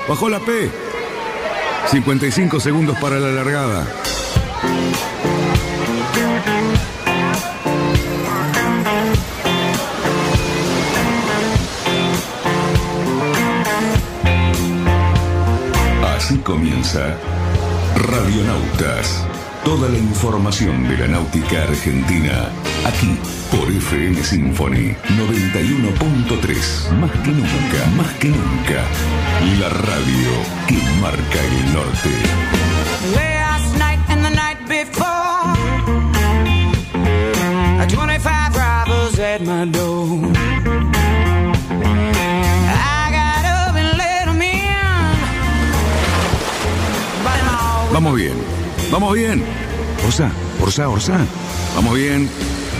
Bajó la P. 55 segundos para la largada. Así comienza Radionautas. Toda la información de la náutica argentina, aquí por FM Symphony 91.3. Más que nunca, la radio que marca el norte. Last night and the night before, 25 robbers at my door. I got up and let them in. Vamos bien. Vamos bien. Orsá. Vamos bien.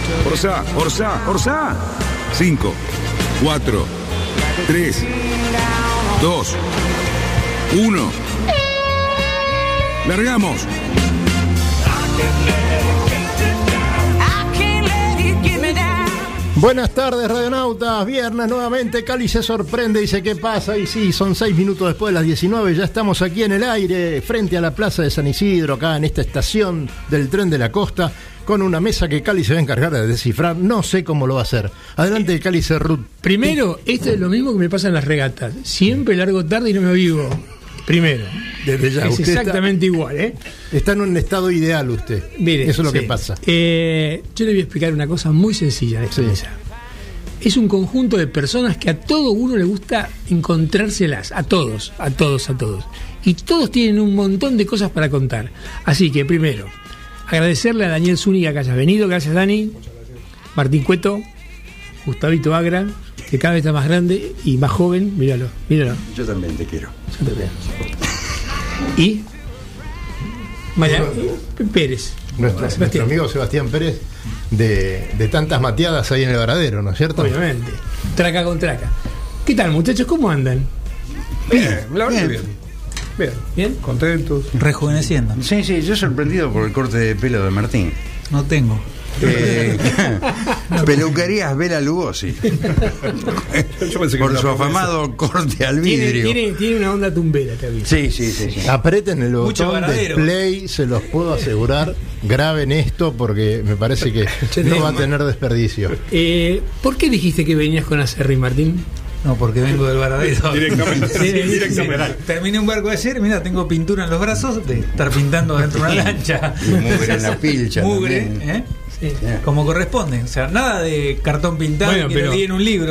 Orsá. 5, 4, 3, 2, 1. Largamos. Buenas tardes, radionautas. Viernes nuevamente, Cali se sorprende, dice ¿qué pasa? Y sí, son 6 minutos después de las 19, ya estamos aquí en el aire, frente a la plaza de San Isidro, acá en esta estación del tren de la costa, con una mesa que Cali se va a encargar de descifrar. No sé cómo lo va a hacer. Adelante, Cali Cerrut. Primero, esto es lo mismo que me pasa en las regatas. Siempre largo tarde y no me avivo. Primero. Desde ya. Es exactamente igual, ¿eh? Está en un estado ideal usted. Mire, eso es lo que pasa. Yo le voy a explicar una cosa muy sencilla en esta mesa. Es un conjunto de personas que a todo uno le gusta encontrárselas. A todos. Y todos tienen un montón de cosas para contar. Así que, primero, agradecerle a Daniel Zúñiga que hayas venido. Gracias, Dani. Muchas gracias. Martín Cueto. Gustavito Agra, que cada vez está más grande y más joven. Míralo. Yo también te quiero. Yo también. Y María Pérez. Nuestro amigo Sebastián Pérez, de tantas mateadas ahí en el Varadero, ¿no es cierto? Obviamente. Traca con traca. ¿Qué tal, muchachos? ¿Cómo andan? Bien, la verdad bien. ¿Bien? Contentos. Rejuveneciendo. Sí, yo sorprendido por el corte de pelo de Martín. No tengo. Peluquerías Bela Lugosi. Por su afamado corte al vidrio. Tiene una onda tumbera, te aviso. Sí. Apreten el botón de play, se los puedo asegurar. Graben esto porque me parece que no va a tener desperdicio. ¿Por qué dijiste que venías con Acerri, Martín? No, porque vengo del Varadero. Directamente. Terminé un barco de ayer, mira, tengo pintura en los brazos de estar pintando dentro de una lancha. Y mugre en la pilcha. Mugre, Sí. como corresponde. O sea, nada de cartón pintado que lo leí en un libro.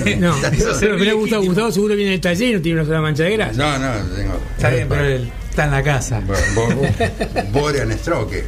Pero Gustavo seguro viene del taller y no tiene una sola mancha de grasa. No, tengo. Está bien, pero él está en la casa. Borian Stroke.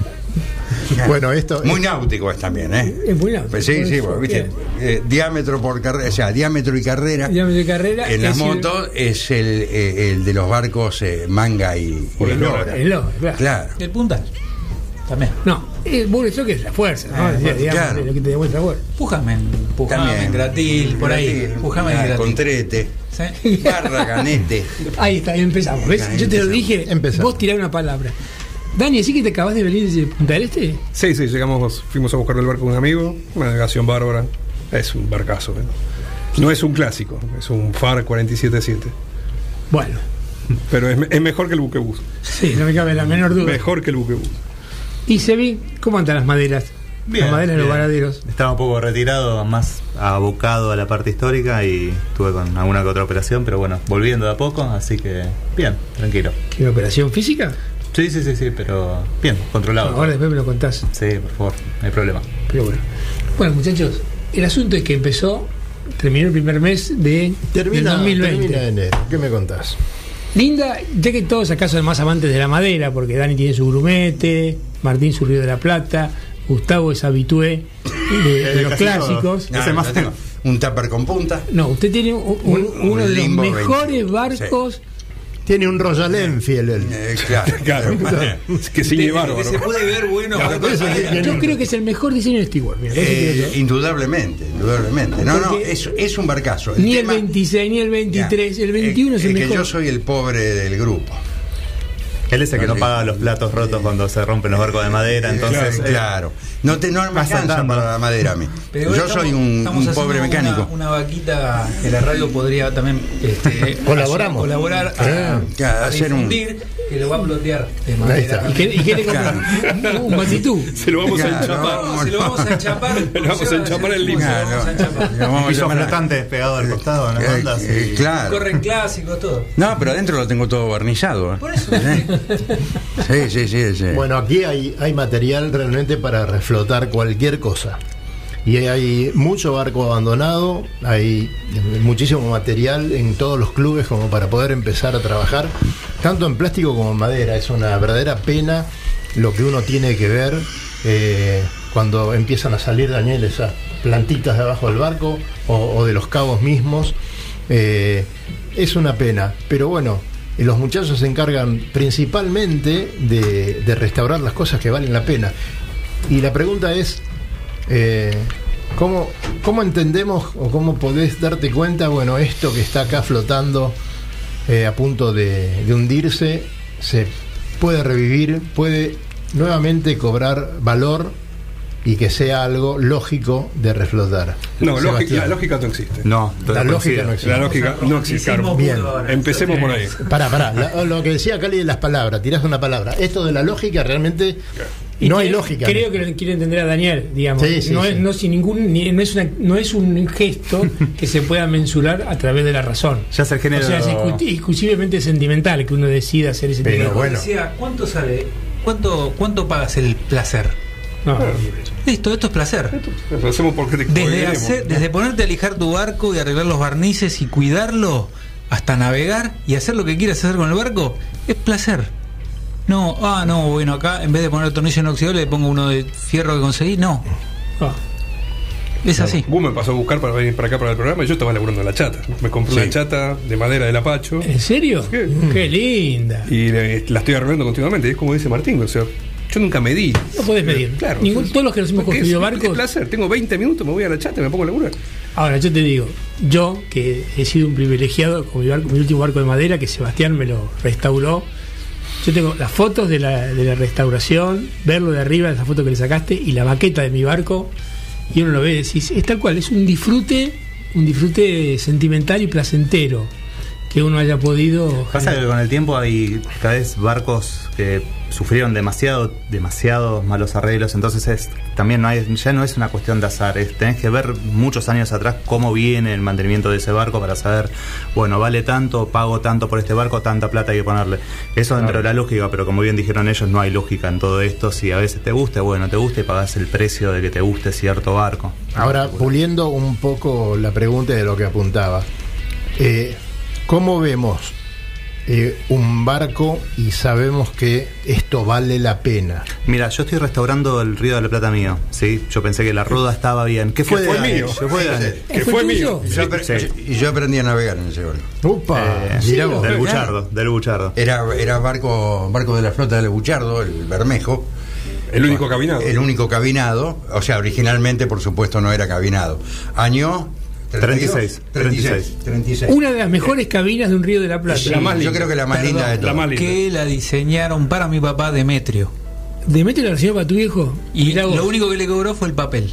Bueno, esto muy náutico es también, ¿eh? Es muy náutico. Pues sí, porque, ¿viste? Diámetro por carrera, o sea, diámetro y carrera. En las motos es el de los barcos Manga y Eslora. Claro. El puntal. También. No, vos eso que es la fuerza, ¿no? Claro. Lo que te demuestra fuerza. Pujamen, Gratil, por ahí. Pujamen Gratil. Contrete. ¿Sí? Barra, Canete. Ahí está, empezamos. ¿Ves? Yo te lo dije, vos tirá una palabra. Dani, ¿así que te acabás de venir de Punta del Este? Sí, fuimos a buscar el barco de un amigo, una navegación bárbara. Es un barcazo, ¿eh? No es un clásico, es un FAR 47-7. Bueno. Pero es mejor que el buquebús. Sí, no me cabe la menor duda. Mejor que el buquebús. Y se vi, ¿cómo andan las maderas? Bien, las maderas de los varaderos. Estaba un poco retirado, más abocado a la parte histórica y estuve con alguna que otra operación, pero bueno, volviendo de a poco, así que bien, tranquilo. ¿Qué operación física? Sí, pero bien, controlado. Ahora después me lo contás. Sí, por favor, no hay problema. Pero bueno, muchachos, el asunto es que terminó el primer mes del 2020. Termina enero. ¿Qué me contás? Linda, ya que todos acá son más amantes de la madera, porque Dani tiene su grumete, Martín su Río de la Plata, Gustavo es habitué de los clásicos. Un tupper con punta. No, usted tiene uno de los mejores barcos. Sí. Tiene un Royal Enfield. Claro. Que sigue bárbaro. Se puede ver bueno. Yo creo que es el mejor diseño de Stewart. Indudablemente. No, es un barcazo. Ni el 26, ni el 23, el 21 es el mejor. Que yo soy el pobre del grupo. Él es el que no paga los platos rotos cuando se rompen los barcos de madera, entonces... Claro. No me alcanza para la madera a mí. Pero yo soy un pobre mecánico. Una vaquita que la radio podría también colaborar a difundir, que lo va a plotear de madera. ¿Y qué le compran? Un batitú. Se lo vamos a enchapar. Se lo vamos a enchapar. Le vamos a enchapar el límite. Un piso flotante pegado al costado, ¿no? Claro. Corren clásicos, todo. No, pero adentro lo tengo todo barnizado. Por eso. Sí. Bueno, aquí hay material realmente para reflotar cualquier cosa. Y hay mucho barco abandonado, hay muchísimo material en todos los clubes como para poder empezar a trabajar, tanto en plástico como en madera. Es una verdadera pena lo que uno tiene que ver cuando empiezan a salir, Daniel, esas plantitas de abajo del barco o de los cabos mismos. Es una pena, pero bueno, los muchachos se encargan principalmente de restaurar las cosas que valen la pena. Y la pregunta es, ¿cómo entendemos o cómo podés darte cuenta, bueno, esto que está acá flotando a punto de hundirse, se puede revivir, puede nuevamente cobrar valor y que sea algo lógico de reflotar? No, la lógica no existe. No, la lógica no existe. La lógica no existe, claro. Bien. Empecemos por ahí. Pará, lo que decía Cali de las palabras, tirás una palabra. Esto de la lógica realmente no hay lógica. Creo que quiere entender a Daniel, digamos. No es un gesto que se pueda mensurar a través de la razón. Ya es el género. O sea, es exclusivamente sentimental que uno decida hacer ese tipo de cosas. Bueno. Decía, ¿cuánto sale? ¿Cuánto pagas el placer? No, listo, esto es placer. Lo hacemos porque desde ponerte a lijar tu barco y arreglar los barnices y cuidarlo hasta navegar y hacer lo que quieras hacer con el barco, es placer. No, bueno, acá en vez de poner el tornillo inoxidable le pongo uno de fierro que conseguí. No. Es así. Vos me pasó a buscar para venir para acá para el programa y yo estaba laburando en la chata. Me compré una chata de madera del Apacho. ¿En serio? Qué linda. Y la estoy arreglando continuamente. Y es como dice Martín, o sea, yo nunca medí. No podés medir. Claro. Todos los que nos hemos construido barcos. Es placer. Tengo 20 minutos, me voy a la chata y me pongo a laburar. Ahora, yo te digo, yo que he sido un privilegiado con mi último barco de madera, que Sebastián me lo restauró. Yo tengo las fotos de la restauración, verlo de arriba, esa foto que le sacaste, y la maqueta de mi barco, y uno lo ve y decís, es tal cual, es un disfrute sentimental y placentero que uno haya podido. Pasa que con el tiempo hay cada vez barcos que sufrieron demasiados malos arreglos, entonces también ya no es una cuestión de azar, tenés que ver muchos años atrás cómo viene el mantenimiento de ese barco para saber, bueno, vale tanto, pago tanto por este barco, tanta plata hay que ponerle. Eso dentro de la lógica, pero como bien dijeron ellos, no hay lógica en todo esto. Si a veces te gusta y pagás el precio de que te guste cierto barco. Ahora, puliendo un poco la pregunta de lo que apuntaba, ¿cómo vemos un barco y sabemos que esto vale la pena? Mira, yo estoy restaurando el Río de la Plata mío, ¿sí? Yo pensé que la rueda estaba bien. ¿Qué fue mío? Fue mío. Y yo aprendí a navegar en ese barco. Del Buchardo. Era barco de la flota del Buchardo, el Bermejo. El único cabinado. El único cabinado. O sea, originalmente, por supuesto, no era cabinado. Año 36. Una de las mejores cabinas de un Río de la Plata. Sí, yo creo que la más linda de todas. Que la diseñaron para mi papá, Demetrio. ¿Demetrio la diseñó para tu viejo? Y lo único que le cobró fue el papel.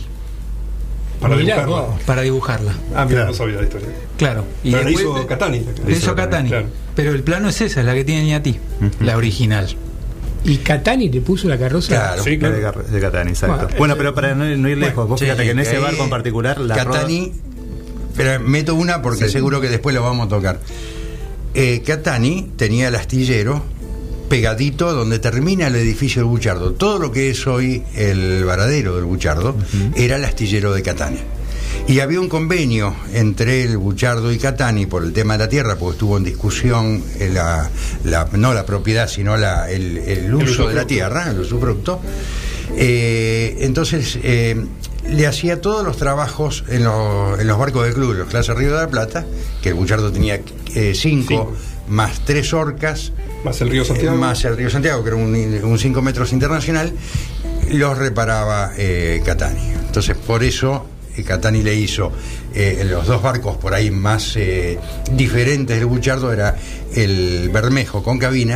Para dibujarla. Mira, no sabía la historia. Claro. Y pero hizo Catani. Claro. Pero el plano es esa, la que tiene Ñati, la original. ¿Y Catani le puso la carroza? Claro, sí, claro. De Catani, exacto. Bueno, pero para no ir lejos, vos fíjate que en ese barco en particular la Catani. Pero meto una porque seguro que después lo vamos a tocar. Catani tenía el astillero pegadito donde termina el edificio del Buchardo. Todo lo que es hoy el varadero del Buchardo era el astillero de Catani. Y había un convenio entre el Buchardo y Catani por el tema de la tierra, porque estuvo en discusión no la propiedad, sino el uso de la tierra, el usufructo. Entonces le hacía todos los trabajos en los barcos del club, los clases Río de la Plata, que el Buchardo tenía 5 más 3 orcas, más el Río Santiago, que era un 5 metros internacional, los reparaba Catani. Entonces, por eso Catani le hizo los dos barcos por ahí más diferentes del Buchardo, era el Bermejo con cabina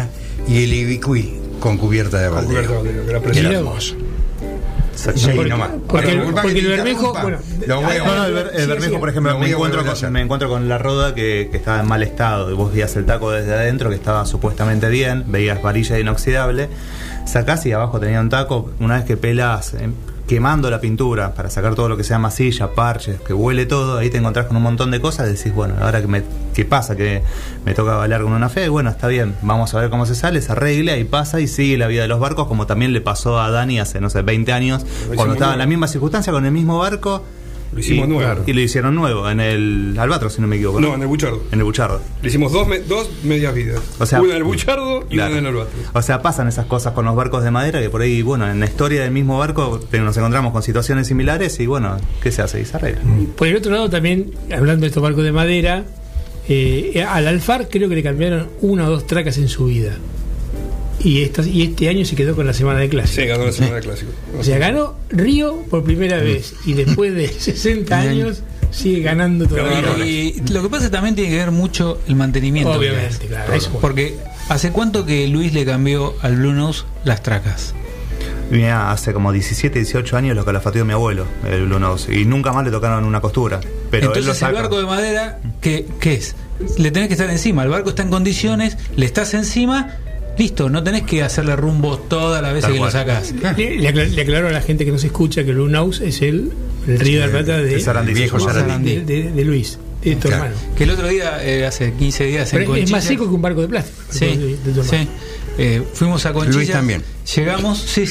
y el Ibicuí con cubierta de baldeo. Era Era precioso. hermoso. Sí, Porque- nomás. porque Disculpa que el te Bermejo, interrumpa. bueno, Lo voy a- No, no, el Bermejo, por ejemplo, Lo voy a volver a hacer. me encuentro con la roda que estaba en mal estado. Y vos veías el taco desde adentro que estaba supuestamente bien, veías varilla inoxidable, sacás y abajo tenía un taco. Una vez que pelas, quemando la pintura para sacar todo lo que sea masilla, parches, que huele todo, ahí te encontrás con un montón de cosas. Decís, bueno, ahora ¿qué pasa? Que me toca bailar con una fe. Bueno, está bien, vamos a ver cómo se sale, se arregla y pasa y sigue la vida de los barcos, como también le pasó a Dani hace, no sé, 20 años, cuando estaba en la misma circunstancia con el mismo barco. Lo hicimos nuevo. Y lo hicieron nuevo, en el Albatros, si no me equivoco. No, en el Buchardo. En el Buchardo. Le hicimos dos medias vidas. O sea, una en el Buchardo y claro. una en el Albatros. O sea, pasan esas cosas con los barcos de madera que por ahí, bueno, en la historia del mismo barco nos encontramos con situaciones similares y bueno, ¿qué se hace? Y se arregla. Por el otro lado también, hablando de estos barcos de madera, al Alfar creo que le cambiaron 1 o 2 tracas en su vida. Y este año se quedó con la semana de clase. Sí, ganó la semana de clásico. O sea, ganó Río por primera vez y después de 60 años sigue ganando todavía. Y lo que pasa también tiene que ver mucho el mantenimiento. Obviamente, claro. Eso. Porque ¿hace cuánto que Luis le cambió al Blue Nose las tracas? Mira, hace como 17, 18 años lo calafateó mi abuelo, el Blue Nose, y nunca más le tocaron una costura. Pero él lo Entonces saca. el barco de madera, ¿qué es? Le tenés que estar encima, el barco está en condiciones, le estás encima, listo, no tenés que hacerle rumbos todas las veces Tal que cual. lo sacás. Le aclaro a la gente que no se escucha que el Blue Nose es el Río de la Plata de Sarandí, viejo Sarandí. de Luis, de tu Claro. hermano. Que el otro día, hace 15 días en Pero es Conchilla, más seco que un barco de plástico. Sí, de tu hermano. sí. Fuimos a Conchilla. Luis también. Llegamos, sí.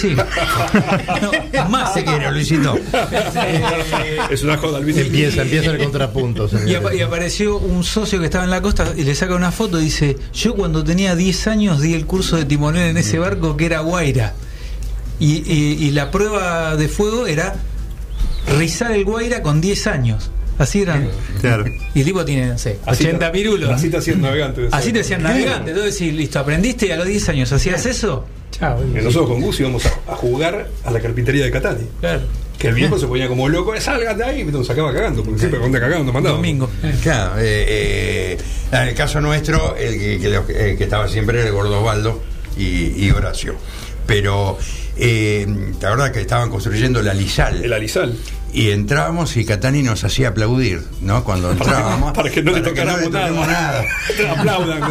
No, más Se quiere, Luisito. Es una joda, Luis. Empieza el contrapunto. Y apareció un socio que estaba en la costa y le saca una foto y dice: yo cuando tenía 10 años di el curso de timonel en ese barco que era Guaira. Y la prueba de fuego era rizar el Guaira con 10 años. Así eran. Claro. Y el tipo tiene, no sé, 80 pirulos. Así te hacían navegante. Así te hacían navegante. Entonces, decís, listo, aprendiste y a los 10 años hacías eso. Chao. Nosotros con Gus íbamos a jugar a la carpintería de Catani. Claro. Que el viejo se ponía como loco, salgan de ahí, y nos sacaba cagando, porque siempre cuando cagando nos mandaba. Domingo. Claro, en el caso nuestro, el que estaba siempre era el Gordo Osvaldo y Horacio. Pero la verdad que estaban construyendo el Alisal. El alisal. Y entrábamos y Catani nos hacía aplaudir, ¿no? Cuando entrábamos. Para que no le tocáramos nada. Te aplaudan.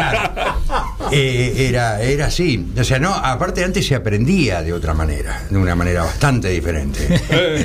Era así. O sea, no, aparte antes se aprendía de otra manera, de una manera bastante diferente.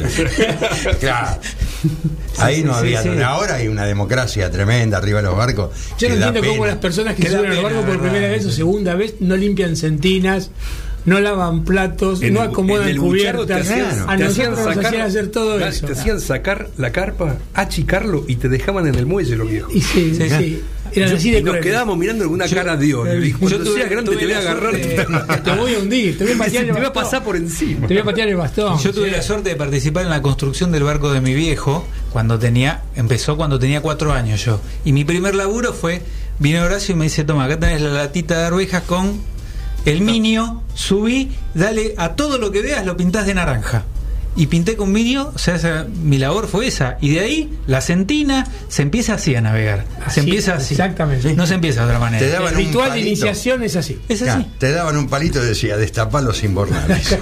Claro. Ahí no había. sí. Ahora hay una democracia tremenda arriba de los barcos. Yo no que da entiendo cómo pena. las personas que Que da suben al pena, barco por ¿verdad? primera vez o segunda vez no limpian sentinas, no lavan platos, En no el- acomodan en el Buchardo cubiertas. te hacían- A te nosotros nos sacar- hacían hacer todo claro, eso. Te hacían sacar la carpa, achicarlo y te dejaban en el muelle los viejos. Y sí, Sí. sí. Eran así de Y nos crueles. quedábamos mirando con una cara de odio. Y cuando yo seas grande te voy a la agarrar. suerte- Te voy a hundir, te voy a patear el Te voy a bastón. pasar por encima. Te voy a patear el bastón. Yo tuve la suerte de participar en la construcción del barco de mi viejo empezó cuando tenía 4 años yo. Y mi primer laburo vino Horacio y me dice: toma, acá tenés la latita de arvejas con el minio, subí, dale a todo lo que veas, lo pintás de naranja. Y pinté con minio, o sea, mi labor fue esa. Y de ahí, la centina, se empieza así a navegar. Así, Se empieza así. exactamente. No se empieza de otra manera. Te daban El un ritual de palito. iniciación es así. Es así. Claro, te daban un palito y decía, destapá los imbornales.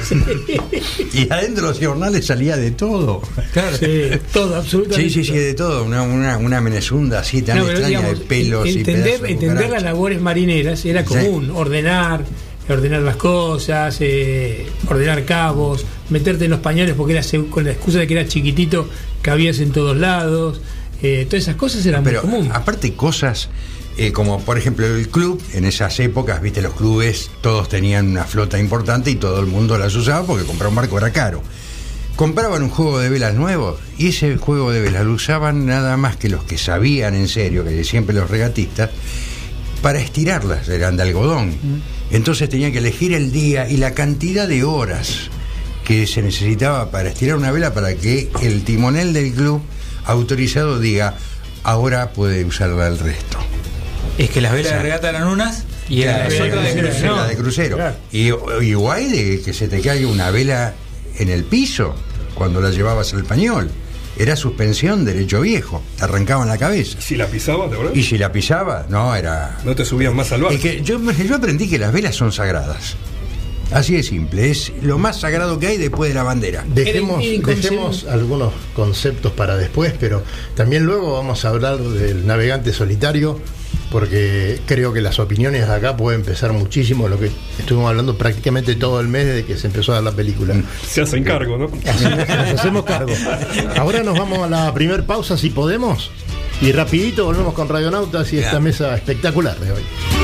Y adentro de los imbornales salía de todo. Claro. Sí, todo, absolutamente. Sí, de todo. Una menezunda así tan No, pero extraña, digamos, de pelos y pedazos de entender las cucaracha. labores marineras era común, ordenar las cosas, ordenar cabos, meterte en los pañales porque era con la excusa de que era chiquitito, cabías en todos lados, todas esas cosas eran Pero muy comunes. aparte cosas como por ejemplo el club, en esas épocas, viste, los clubes todos tenían una flota importante y todo el mundo las usaba porque comprar un barco era caro. Compraban un juego de velas nuevo y ese juego de velas lo usaban nada más que los que sabían en serio, que siempre los regatistas, para estirarlas, eran de algodón. Entonces tenían que elegir el día y la cantidad de horas que se necesitaba para estirar una vela para que el timonel del club autorizado diga, ahora puede usarla el resto. Es que las velas de regata eran unas y eran las otras de crucero. La de crucero. Claro. Y guay de que se te caiga una vela en el piso cuando la llevabas al pañol. era suspensión derecho viejo, te arrancaban la cabeza. Si la pisaba, ¿de verdad? Y si la pisaba, no, era... No te subían más salvaje. Es que yo aprendí que las velas son sagradas. Así de simple, es lo más sagrado que hay después de la bandera. Dejemos algunos conceptos para después, pero también luego vamos a hablar del navegante solitario, porque creo que las opiniones de acá pueden pesar muchísimo, lo que estuvimos hablando prácticamente todo el mes desde que se empezó a dar la película. Se hacen cargo, ¿no? Nos hacemos cargo. Ahora nos vamos a la primer pausa, si podemos, y rapidito volvemos con Radionautas y esta mesa espectacular de hoy.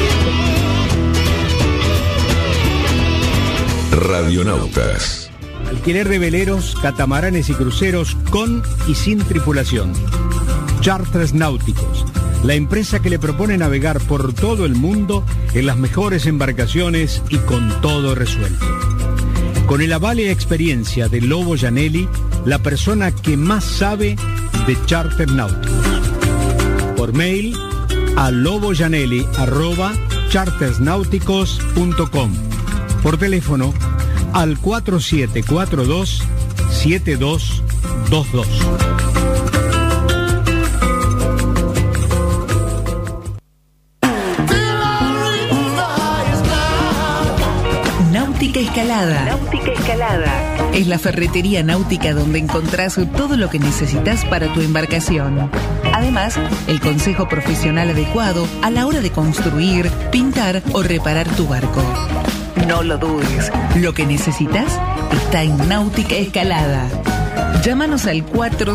Radionautas. Alquiler de veleros, catamaranes y cruceros con y sin tripulación. Charters Náuticos, la empresa que le propone navegar por todo el mundo en las mejores embarcaciones y con todo resuelto. Con el aval y experiencia de Lobo Janelli, la persona que más sabe de charter náuticos. Por mail a lobojanelli@chartersnáuticos.com. Por teléfono al 4742-7222. Náutica Escalada. Náutica Escalada. Es la ferretería náutica donde encontrás todo lo que necesitas para tu embarcación. Además, el consejo profesional adecuado a la hora de construir, pintar o reparar tu barco. No lo dudes, lo que necesitas está en Náutica Escalada. Llámanos al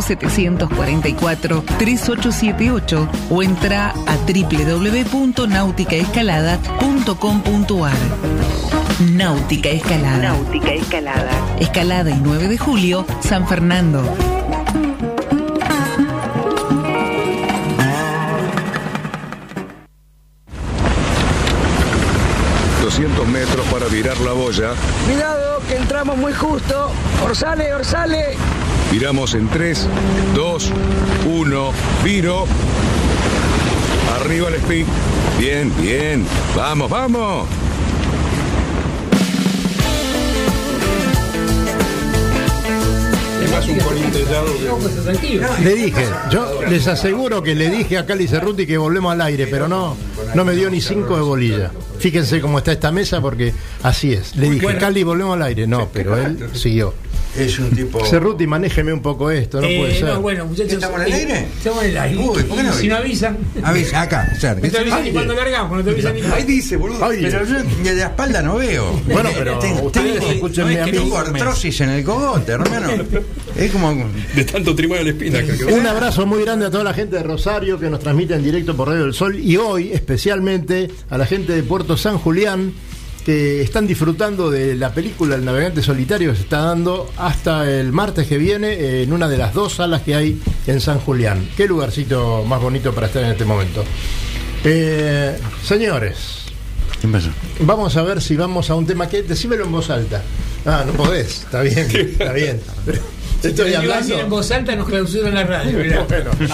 4744-3878 o entra a www.nauticaescalada.com.ar. Náutica Escalada. Náutica Escalada. Escalada y 9 de julio, San Fernando. Metros para virar la boya. Cuidado, que entramos muy justo. Orsale, orsale. Viramos en 3, 2, 1, viro. Arriba el speed. Bien, bien. Vamos, vamos. Es más un colintellado. Le dije, yo les aseguro que le dije a Cali Cerruti que volvemos al aire, pero no me dio ni 5 de bolilla. Fíjense cómo está esta mesa, porque así es. Le dije, Cali, volvemos al aire. No, pero él siguió. Es un tipo... Cerruti, manéjeme un poco esto, no puede ser. No, bueno, muchachos. ¿Estamos en el aire? Estamos en el aire. Uy, ¿por qué no si no avisan. Avisa, acá, cerca. No te avisan ni cuando largamos, no te avisan ni Ahí dice, boludo. Pero yo de la espalda no veo. Bueno, pero ustedes escúchenme a mí. Tengo artrosis en el cogote, hermano. Es como... De tanto trimar la espina. Un abrazo muy grande a toda la gente de Rosario que nos transmite en directo por Radio del Sol, y hoy especialmente a la gente de Puerto San Julián, que están disfrutando de la película El Navegante Solitario, que se está dando hasta el martes que viene en una de las 2 salas que hay en San Julián. Qué lugarcito más bonito para estar en este momento. Señores, ¿qué pasó? Vamos a ver si vamos a un tema que... Decímelo en voz alta. Ah, no podés, está bien, está bien. Estoy hablando en voz alta, nos clausuran la radio. Bueno.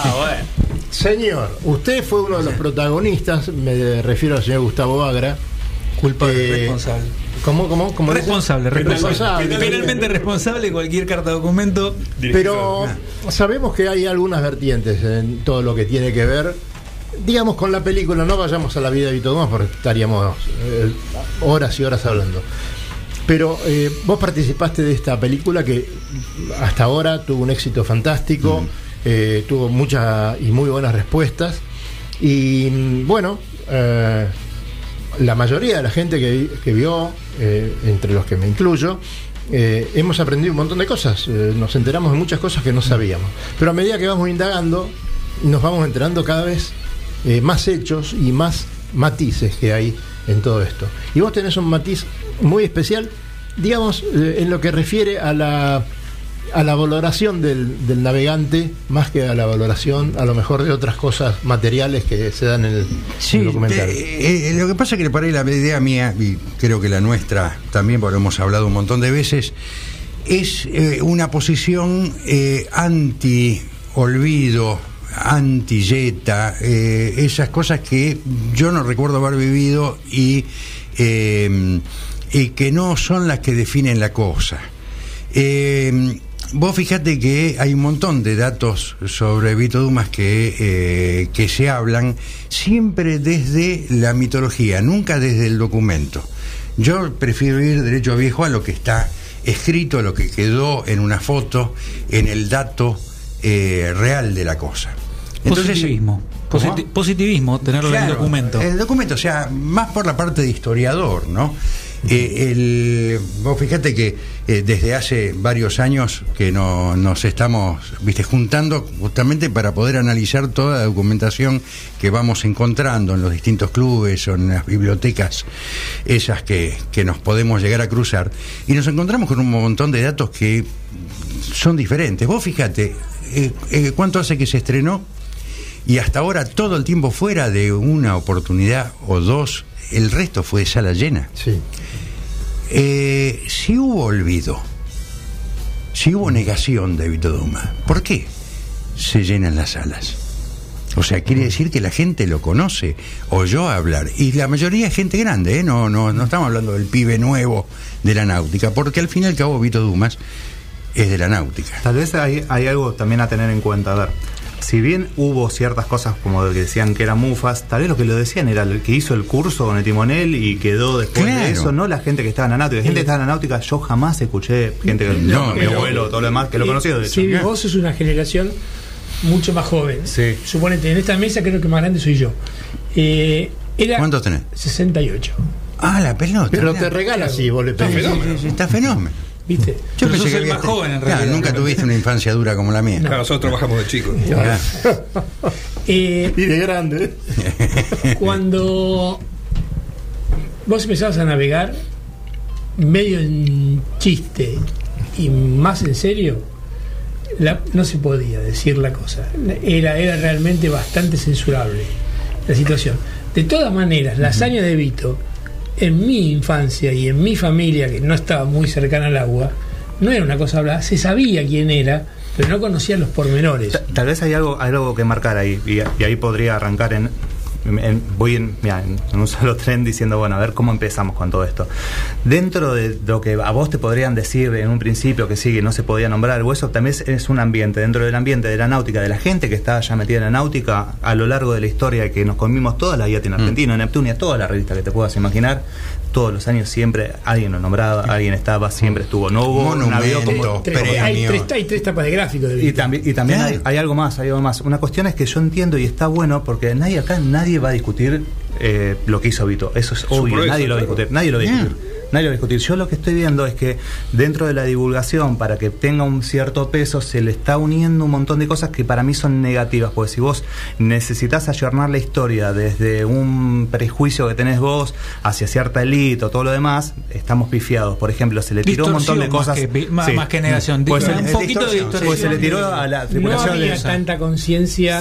Señor, usted fue uno de los protagonistas, me refiero al señor Gustavo Agra. Responsable. ¿Cómo? Responsable. Penalmente responsable, cualquier carta de documento. Pero sabemos que hay algunas vertientes en todo lo que tiene que ver, digamos, con la película. No vayamos a la vida de Vito Dumas porque estaríamos horas y horas hablando. Pero vos participaste de esta película que hasta ahora tuvo un éxito fantástico, tuvo muchas y muy buenas respuestas. Y bueno, la mayoría de la gente que vio, entre los que me incluyo, hemos aprendido un montón de cosas. Nos enteramos de muchas cosas que no sabíamos. Pero a medida que vamos indagando, nos vamos enterando cada vez más hechos y más matices que hay en todo esto. Y vos tenés un matiz muy especial, digamos, en lo que refiere a la valoración del navegante, más que a la valoración a lo mejor de otras cosas materiales que se dan en el documental. Lo que pasa es que por ahí la idea mía, y creo que la nuestra también, porque hemos hablado un montón de veces, es una posición anti-olvido, anti-yeta, esas cosas que yo no recuerdo haber vivido y que no son las que definen la cosa. vos fíjate que hay un montón de datos sobre Vito Dumas que se hablan siempre desde la mitología, nunca desde el documento. Yo prefiero ir derecho a viejo a lo que está escrito, a lo que quedó en una foto, en el dato real de la cosa. Entonces, positivismo. Positivismo, tenerlo en el documento. El documento, o sea, más por la parte de historiador, ¿no? Vos fíjate que desde hace varios años que nos estamos juntando justamente para poder analizar toda la documentación que vamos encontrando en los distintos clubes o en las bibliotecas esas que nos podemos llegar a cruzar, y nos encontramos con un montón de datos que son diferentes. Vos fíjate cuánto hace que se estrenó y hasta ahora todo el tiempo fuera de una oportunidad o dos, el resto fue sala llena. Sí. Si hubo olvido, si hubo negación de Vito Dumas, ¿por qué se llenan las salas? O sea, quiere decir que la gente lo conoce, oyó hablar, y la mayoría es gente grande, no estamos hablando del pibe nuevo de la náutica, porque al fin y al cabo Vito Dumas es de la náutica. Tal vez hay algo también a tener en cuenta. A ver, si bien hubo ciertas cosas como que decían que eran mufas, tal vez lo que lo decían era el que hizo el curso con el timonel y quedó después de eso, no la gente que estaba en la náutica. La gente que estaba en la náutica, yo jamás escuché gente que mi abuelo, todo lo demás, que lo conoció, de hecho. Sí, vos sos una generación mucho más joven. Sí. Suponete, en esta mesa creo que más grande soy yo. ¿Cuántos tenés? 68. Ah, la pelota. Pero te regala si vos le pedís. Está fenómeno. ¿Viste? Yo pensé que el más joven en realidad. Nunca tuviste una infancia dura como la mía. Claro, nosotros trabajamos de chicos. Y de grande. Cuando vos empezabas a navegar, medio en chiste y más en serio, no se podía decir la cosa. Era realmente bastante censurable la situación. De todas maneras, la hazaña de Vito, en mi infancia y en mi familia, que no estaba muy cercana al agua, no era una cosa hablada, se sabía quién era, pero no conocía los pormenores. Tal vez hay algo que marcar ahí, y ahí podría arrancar voy en un solo tren diciendo, bueno, a ver cómo empezamos con todo esto. Dentro de lo que a vos te podrían decir en un principio que sí, que no se podía nombrar, o eso también es un ambiente, dentro del ambiente de la náutica, de la gente que estaba ya metida en la náutica, a lo largo de la historia que nos comimos toda la IATA en Argentina, en Neptunia, toda la revista que te puedas imaginar, todos los años siempre alguien lo nombraba, alguien estaba, siempre estuvo. No hubo un avión como hay tres tapas de gráfico de Vito. Y también hay algo más. Una cuestión es que yo entiendo y está bueno, porque nadie va a discutir lo que hizo Vito. Eso es obvio, nadie lo va a discutir. Yo lo que estoy viendo es que dentro de la divulgación, para que tenga un cierto peso, se le está uniendo un montón de cosas que para mí son negativas, porque si vos necesitas ayornar la historia desde un prejuicio que tenés vos hacia cierta élite o todo lo demás, estamos pifiados. Por ejemplo, se le tiró un montón de cosas más que negación, pues un poquito de distorsión. Pues se le tiró a la tripulación. No había tanta conciencia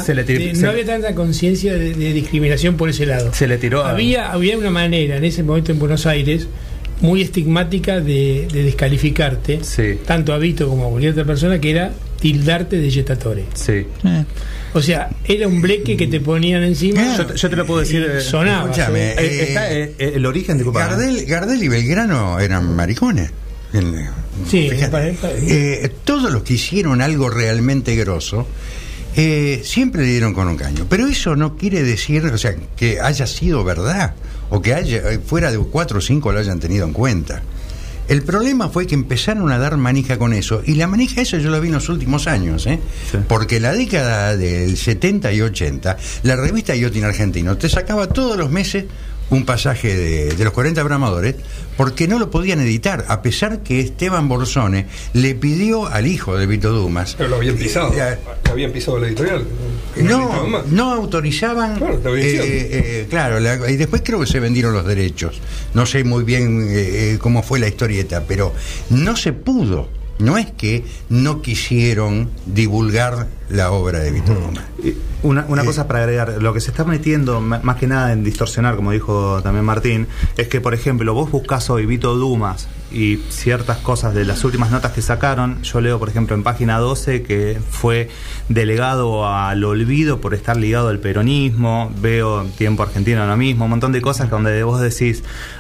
de discriminación por ese lado. Se le tiró había una manera en ese momento en Buenos Aires muy estigmática de descalificarte, tanto a Vito como a cualquier otra persona, que era tildarte de jettatore. Sí. O sea, era un bleque que te ponían encima. Yo te lo puedo decir. Sonaba. Escúchame, está el origen de Gardel y Belgrano eran maricones. Sí, todos los que hicieron algo realmente grosso siempre le dieron con un caño. Pero eso no quiere decir, o sea, que haya sido verdad o que fuera de 4 o 5 lo hayan tenido en cuenta. El problema fue que empezaron a dar manija con eso, y la manija eso yo la vi en los últimos años, Sí. Porque la década del 70 y 80 la revista Yachting Argentino te sacaba todos los meses un pasaje de los 40 bramadores, porque no lo podían editar, a pesar que Esteban Borsone le pidió al hijo de Vito Dumas. Pero lo habían pisado, la editorial. No autorizaban. Claro, y después creo que se vendieron los derechos. No sé muy bien cómo fue la historieta, pero no se pudo. No es que no quisieron divulgar la obra de Vito Dumas. Una cosa para agregar, lo que se está metiendo más que nada en distorsionar, como dijo también Martín, es que, por ejemplo, vos buscás hoy Vito Dumas y ciertas cosas de las últimas notas que sacaron. Yo leo, por ejemplo, en página 12 que fue delegado al olvido por estar ligado al peronismo. Veo Tiempo Argentino ahora mismo, un montón de cosas donde vos decís,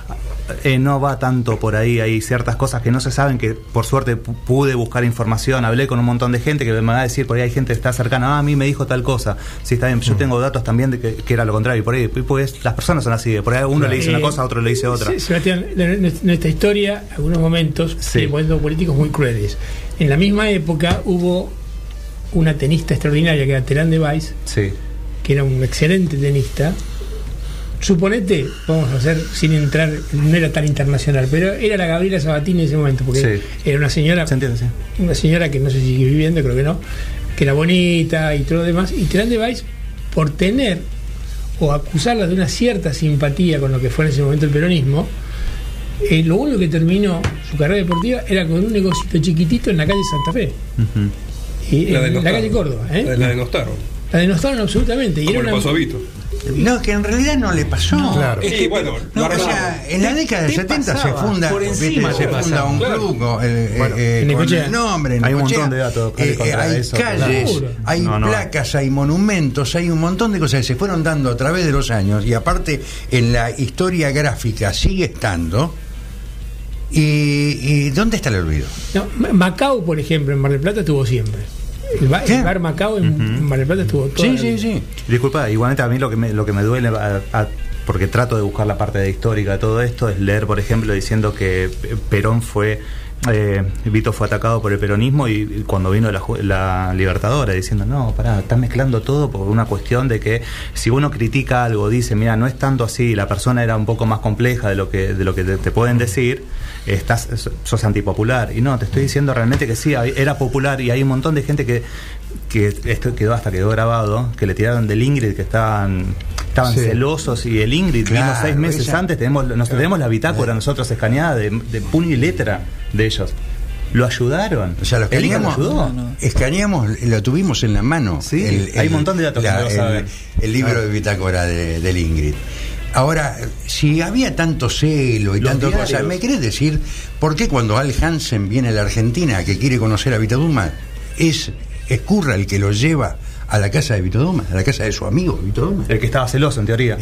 no va tanto por ahí. Hay ciertas cosas que no se saben, que por suerte pude buscar información, hablé con un montón de gente que me va a decir, por ahí hay gente que está cercana, a mí me dijo tal cosa. Sí, está bien, yo tengo datos también de que era lo contrario, por ahí pues las personas son así, por ahí uno le dice una cosa, a otro le dice otra. Sí, Sebastián, nuestra historia, algunos momentos, momentos políticos muy crueles. En la misma época hubo una tenista extraordinaria que era Terán de Weiss, que era un excelente tenista. Suponete, vamos a hacer sin entrar, no era tan internacional, pero era la Gabriela Sabatini en ese momento, porque era una señora, una señora que no sé si sigue viviendo, creo que no, que era bonita y todo lo demás, y Terán de Weiss, por tener o acusarla de una cierta simpatía con lo que fue en ese momento el peronismo, lo único que terminó su carrera deportiva era con un negocito chiquitito en la calle Santa Fe. Y en la calle Córdoba, la denostaron. La denostaron absolutamente. Y como era le pasó a Vito. No, que en realidad no le pasó. Claro. Sí, bueno, o sea, en la década del 70 se funda, por encima se funda un club con el nombre. Hay un montón de datos. Hay calles, hay placas, hay monumentos, hay un montón de cosas que se fueron dando a través de los años, y aparte en la historia gráfica sigue estando. ¿Y dónde está el olvido? No, Macao, por ejemplo, en Mar del Plata estuvo siempre. El bar Macao en Mar del Plata estuvo todo. Sí. Disculpa, igualmente a mí lo que me duele, porque trato de buscar la parte de histórica de todo esto, es leer, por ejemplo, diciendo que Perón fue... Vito fue atacado por el peronismo, y cuando vino la Libertadora diciendo, no, pará, estás mezclando todo por una cuestión de que si uno critica algo, dice, mira, no es tanto así, la persona era un poco más compleja de lo que te pueden decir, sos antipopular. Y no, te estoy diciendo realmente que sí, era popular, y hay un montón de gente que esto quedó grabado, que le tiraron del Ingrid, que estaban celosos, y el Ingrid vino 6 meses antes, tenemos la bitácora nosotros escaneada de puño y letra de ellos. Lo ayudaron. O sea, lo escaneamos, lo tuvimos en la mano. Sí, hay un montón de datos que no saben. El libro de bitácora del Ingrid. Ahora, si había tanto celo y tanto cosas, ¿me querés decir por qué cuando Al Hansen viene a la Argentina, que quiere conocer a Vito Dumas, es Curra el que lo lleva a la casa de Vito Dumas, a la casa de su amigo Vito Dumas? El que estaba celoso en teoría.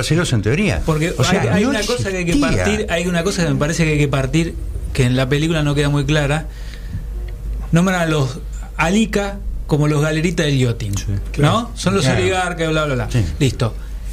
Porque hay una cosa que hay que partir, hay una cosa que me parece que hay que partir, que en la película no queda muy clara. Nombran a los Alica como los galeritas del yachting, ¿no? Son los oligarcas, bla, bla, bla. Sí. Listo.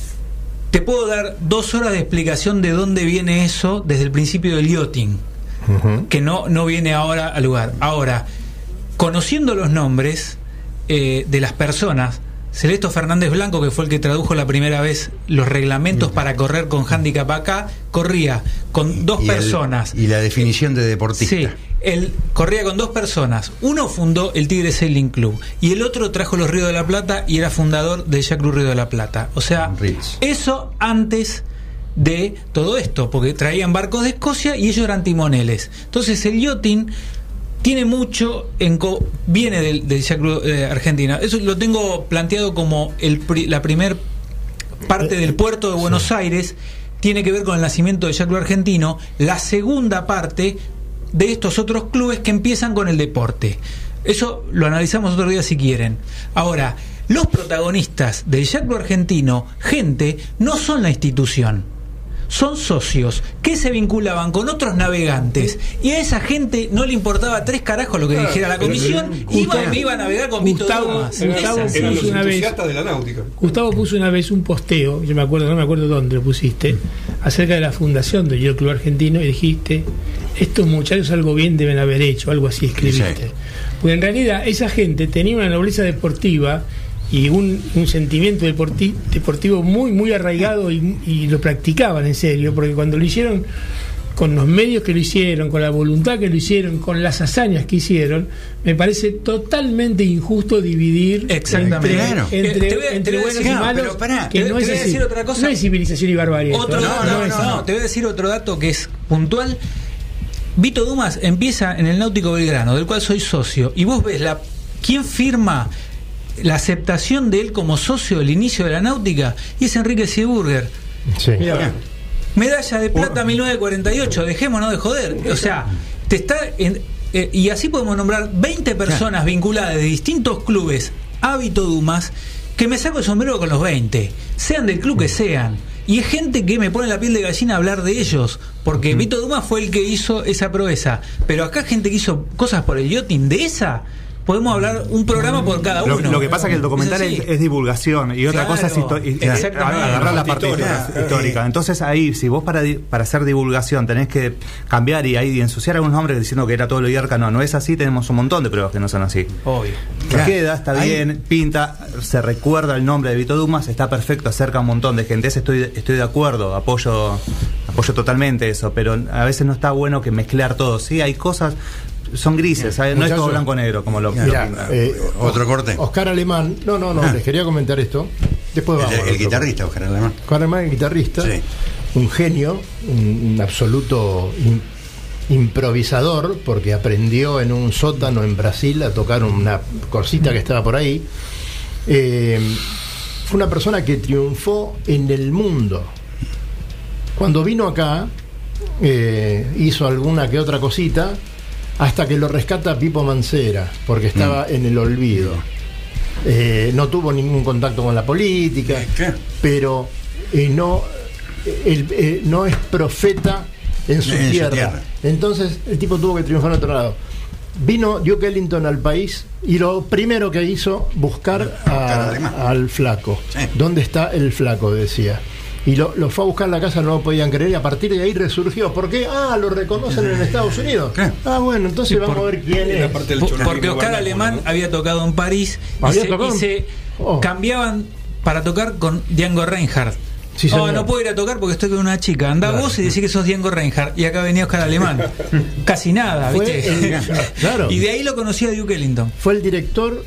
Te puedo dar 2 horas de explicación de dónde viene eso desde el principio del yachting, que no viene ahora al lugar. Ahora, conociendo los nombres de las personas, Celesto Fernández Blanco, que fue el que tradujo la primera vez los reglamentos para correr con handicap acá, corría con 2 personas. Y la definición de deportista. Sí, él corría con 2 personas. Uno fundó el Tigre Sailing Club y el otro trajo los Ríos de la Plata y era fundador del Yacht Club Río de la Plata. O sea, eso antes de todo esto, porque traían barcos de Escocia y ellos eran timoneles. Entonces el yachting tiene mucho viene del Yacht Club Argentina. Eso lo tengo planteado como la primer parte del puerto de Buenos Aires tiene que ver con el nacimiento del Yacht Club Argentino. La segunda parte de estos otros clubes que empiezan con el deporte. Eso lo analizamos otro día si quieren. Ahora, los protagonistas del Yacht Club Argentino, gente, no son la institución. Son socios que se vinculaban con otros navegantes, y a esa gente no le importaba 3 carajos lo que dijera la comisión. Iba a navegar con Vito Dumas. Gustavo puso una vez un posteo, yo no me acuerdo dónde lo pusiste, acerca de la fundación del Yacht Club Argentino, y dijiste, estos muchachos algo bien deben haber hecho, algo así escribiste. Sí. Porque en realidad esa gente tenía una nobleza deportiva y un sentimiento deportivo muy muy arraigado, y lo practicaban en serio, porque cuando lo hicieron con los medios que lo hicieron, con la voluntad que lo hicieron, con las hazañas que hicieron, me parece totalmente injusto dividir entre buenos y malos, que no es así. No es civilización y barbarie. Te voy a decir otro dato que es puntual. Vito Dumas empieza en el Náutico Belgrano, del cual soy socio, y vos ves quién firma la aceptación de él como socio del inicio de la náutica, y es Enrique Sieburger. Sí. Medalla de plata 1948, dejémonos de joder. O sea, y así podemos nombrar 20 personas vinculadas de distintos clubes a Vito Dumas, que me saco el sombrero con los 20, sean del club que sean. Y es gente que me pone la piel de gallina hablar de ellos, porque Vito Dumas fue el que hizo esa proeza, pero acá gente que hizo cosas por el yachting de esa. Podemos hablar un programa por cada uno. Lo que pasa es que el documental es divulgación y otra cosa es agarrar la parte histórica. Entonces ahí, si vos para hacer divulgación tenés que cambiar y ensuciar a algunos nombres diciendo que era todo lo Iarca, no es así, tenemos un montón de pruebas que no son así. Obvio. Queda, está bien, pinta, se recuerda el nombre de Vito Dumas, está perfecto, acerca a un montón de gente, estoy de acuerdo, apoyo totalmente eso, pero a veces no está bueno que mezclar todo. Sí, hay cosas... Son grises, ¿sabes? No es todo blanco-negro como lo... otro corte. Oscar Alemán, no, les quería comentar esto. Después vamos. El guitarrista, Oscar Alemán. Oscar Alemán, el guitarrista, sí. Un genio, un absoluto improvisador, porque aprendió en un sótano en Brasil a tocar una cosita que estaba por ahí. Fue una persona que triunfó en el mundo. Cuando vino acá, hizo alguna que otra cosita, hasta que lo rescata Pipo Mancera, porque estaba en el olvido. No tuvo ningún contacto con la política, pero no es profeta en su tierra. Entonces el tipo tuvo que triunfar en otro lado. Vino Duke Ellington al país y lo primero que hizo, buscar al flaco. Sí. ¿Dónde está el flaco?, decía. Y lo fue a buscar a la casa, no lo podían creer, y a partir de ahí resurgió. ¿Por qué? Lo reconocen en Estados Unidos. Bueno, entonces vamos a ver quién es. Porque Oscar Alemán había tocado en París y se cambiaban para tocar con Django Reinhardt. Sí, no puedo ir a tocar porque estoy con una chica. Andá vos y decís que sos Django Reinhardt. Y acá venía Oscar Alemán. Casi nada, ¿viste? Claro. Y de ahí lo conocía Duke Ellington. Fue el director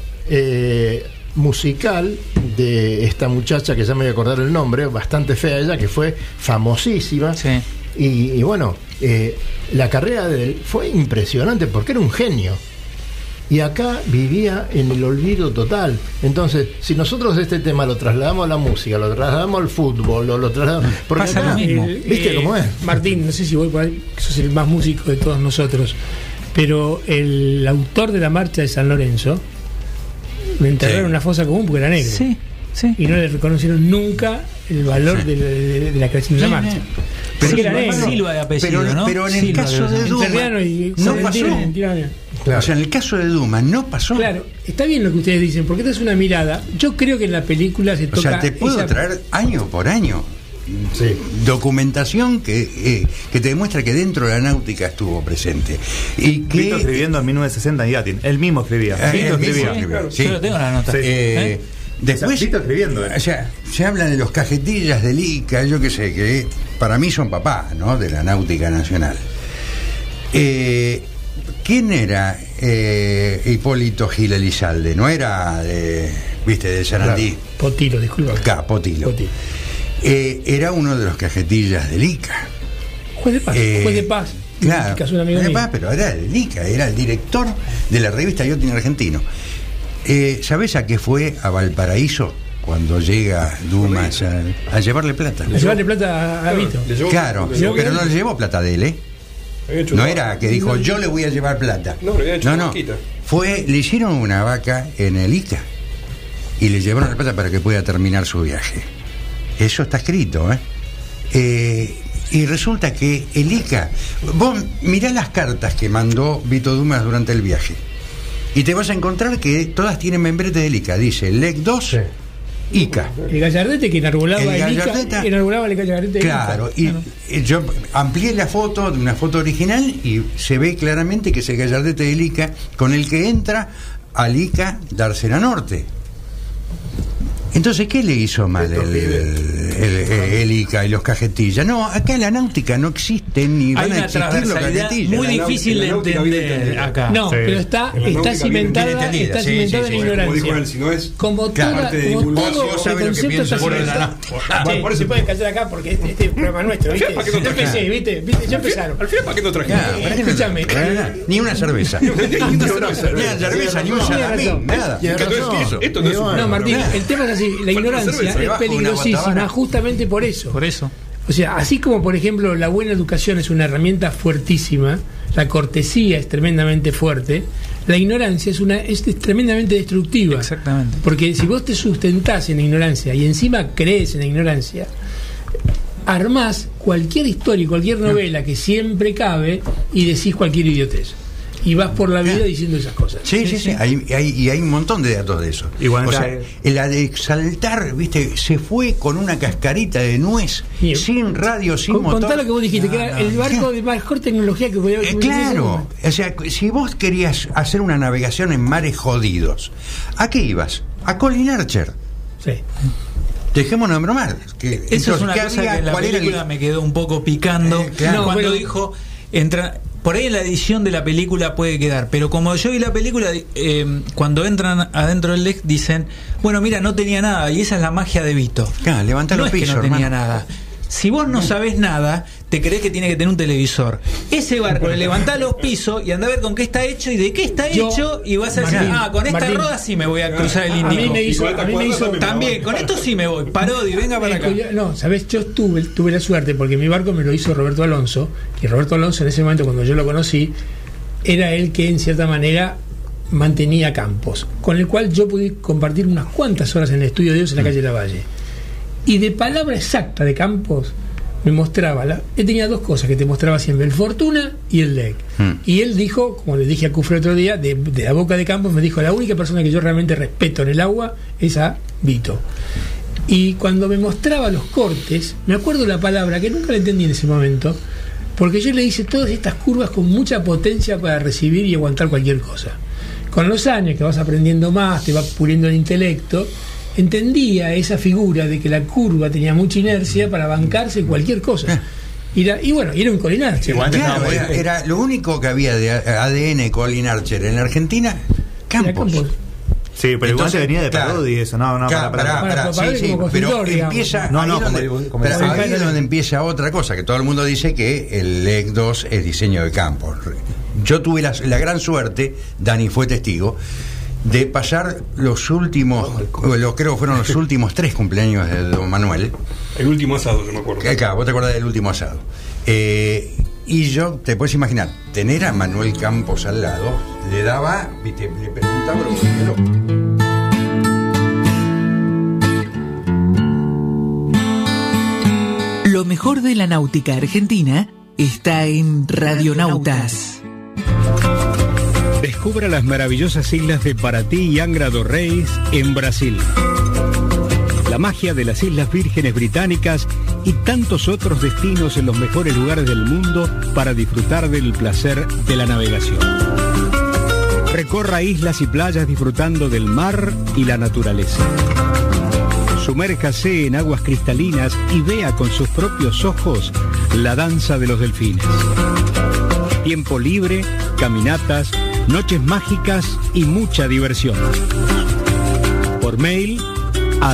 musical de esta muchacha, que ya me voy a acordar el nombre, bastante fea ella, que fue famosísima. Sí. Y bueno, la carrera de él fue impresionante porque era un genio. Y acá vivía en el olvido total. Entonces, si nosotros este tema lo trasladamos a la música, lo trasladamos al fútbol, lo trasladamos... Porque pasa acá, lo mismo. ¿Viste cómo es? Martín, no sé si voy por ahí, que sos el más músico de todos nosotros, pero el autor de la marcha de San Lorenzo lo enterraron en una fosa común porque era negro. Sí. Y no le reconocieron nunca el valor de la creación de la marcha. Pero era negro. Silva de apellido, ¿no? Pero en el caso de Dumas no pasó. Claro. O sea, en el caso de Dumas no pasó. Claro, está bien lo que ustedes dicen, porque esta es una mirada. Yo creo que en la película se toca... O sea, te puedo traer año por año documentación que te demuestra que dentro de la náutica estuvo presente. Y que Vito escribiendo en 1960 en Yatin. Él mismo escribía. Yo lo tengo en la nota. Después, escribiendo, o sea, se hablan de los cajetillas del ICA, yo qué sé, que para mí son papás, ¿no?, de la náutica nacional. ¿Quién era Hipólito Gil Elizalde? No era de Sarandí. Potilo, disculpa. Potilo. Era uno de los cajetillas del ICA. Juez de paz. Claro, juez de paz, pero era del ICA, era el director de la revista Yachting Argentino. ¿Sabés a qué fue a Valparaíso cuando llega Dumas a llevarle plata? A llevarle plata a Vito. Claro, pero no le llevó plata de él, No era que dijo, yo le voy a llevar plata. No. Le hicieron una vaca en el ICA y le llevaron la plata para que pueda terminar su viaje. Eso está escrito, y resulta que el ICA, vos mirá las cartas que mandó Vito Dumas durante el viaje y te vas a encontrar que todas tienen membrete del ICA. Dice LEC 2, ICA. El Gallardete que enarbolaba el ICA, enarbolaba el Gallardete. Claro, y yo amplié la foto, una foto original, y se ve claramente que es el Gallardete del ICA con el que entra al ICA Dársena Norte. Entonces, ¿qué le hizo mal el ICA y los cajetillas? No, acá en la náutica no existen ni van a existir los cajetillas. Muy difícil de entender acá. No, pero está cimentada en ignorancia. Como todo preconcepto está cimentado. Por eso se puede callar acá porque este programa nuestro, ¿viste? Ya empezaron. Al final, ¿para qué no trajiste? Escúchame. Ni una cerveza. Ni una cerveza, ni un salamín, nada. No, Martín, el tema es así. La ignorancia es peligrosísima justamente por eso. O sea, así como por ejemplo la buena educación es una herramienta fuertísima, la cortesía es tremendamente fuerte, la ignorancia es tremendamente destructiva. Exactamente. Porque si vos te sustentás en la ignorancia y encima crees en la ignorancia, armás cualquier historia y cualquier novela que siempre cabe y decís cualquier idiotez. Y vas por la vida diciendo esas cosas. Sí. Hay un montón de datos de eso. Igual, o sea, la de exaltar, viste, se fue con una cascarita de nuez, sin radio, sin motor. Contá lo que vos dijiste, que era el barco de mejor tecnología que podía haber. Claro, o sea, si vos querías hacer una navegación en mares jodidos, ¿a qué ibas? A Colin Archer. Sí. Dejémonos de bromar. Eso es una cosa que en la película me quedó un poco picando. Claro. Cuando dijo, por ahí en la edición de la película puede quedar, pero como yo vi la película, cuando entran adentro del deck dicen, bueno, mira, no tenía nada, y esa es la magia de Vito. Claro, levanta los pisos, que no tenía nada. Si vos no sabés nada, te creés que tiene que tener un televisor. Ese barco le levantás los pisos y andá a ver con qué está hecho y de qué está hecho, y vas a decir, con esta roda sí me voy a cruzar el Índico. A mí me hizo también, con esto sí me voy. Parodi, venga para acá. No, sabés, yo tuve la suerte porque mi barco me lo hizo Roberto Alonso, y Roberto Alonso en ese momento, cuando yo lo conocí, era el que en cierta manera mantenía Campos, con el cual yo pude compartir unas cuantas horas en el estudio de Dios en la calle Lavalle. Y de palabra exacta de Campos me mostraba, él tenía dos cosas que te mostraba siempre, el Fortuna y el deck. Y él dijo, como le dije a Cufre otro día, de la boca de Campos me dijo, la única persona que yo realmente respeto en el agua es a Vito. Y cuando me mostraba los cortes, me acuerdo la palabra que nunca la entendí en ese momento, porque yo le hice todas estas curvas con mucha potencia para recibir y aguantar cualquier cosa. Con los años que vas aprendiendo más, te va puliendo el intelecto, entendía esa figura de que la curva tenía mucha inercia para bancarse cualquier cosa. Y bueno, era un Colin Archer. Claro, era lo único que había de ADN Colin Archer en la Argentina, Campos. Sí, pero igual se venía de parodia eso, pero empieza ahí es donde empieza otra cosa, que todo el mundo dice que el LEC 2 es diseño de Campos. Yo tuve la gran suerte, Dani fue testigo, de pasar los últimos, creo que fueron los últimos 3 cumpleaños de don Manuel. El último asado, yo me acuerdo. Claro, vos te acordás del último asado. Y yo, te puedes imaginar, tener a Manuel Campos al lado, le daba, viste, le preguntaba Lo mejor de la náutica argentina está en Radionautas. Descubra las maravillosas islas de Paraty y Angra dos Reis en Brasil. La magia de las Islas Vírgenes Británicas y tantos otros destinos en los mejores lugares del mundo para disfrutar del placer de la navegación. Recorra islas y playas disfrutando del mar y la naturaleza. Sumérjase en aguas cristalinas y vea con sus propios ojos la danza de los delfines. Tiempo libre, caminatas, noches mágicas y mucha diversión. Por mail a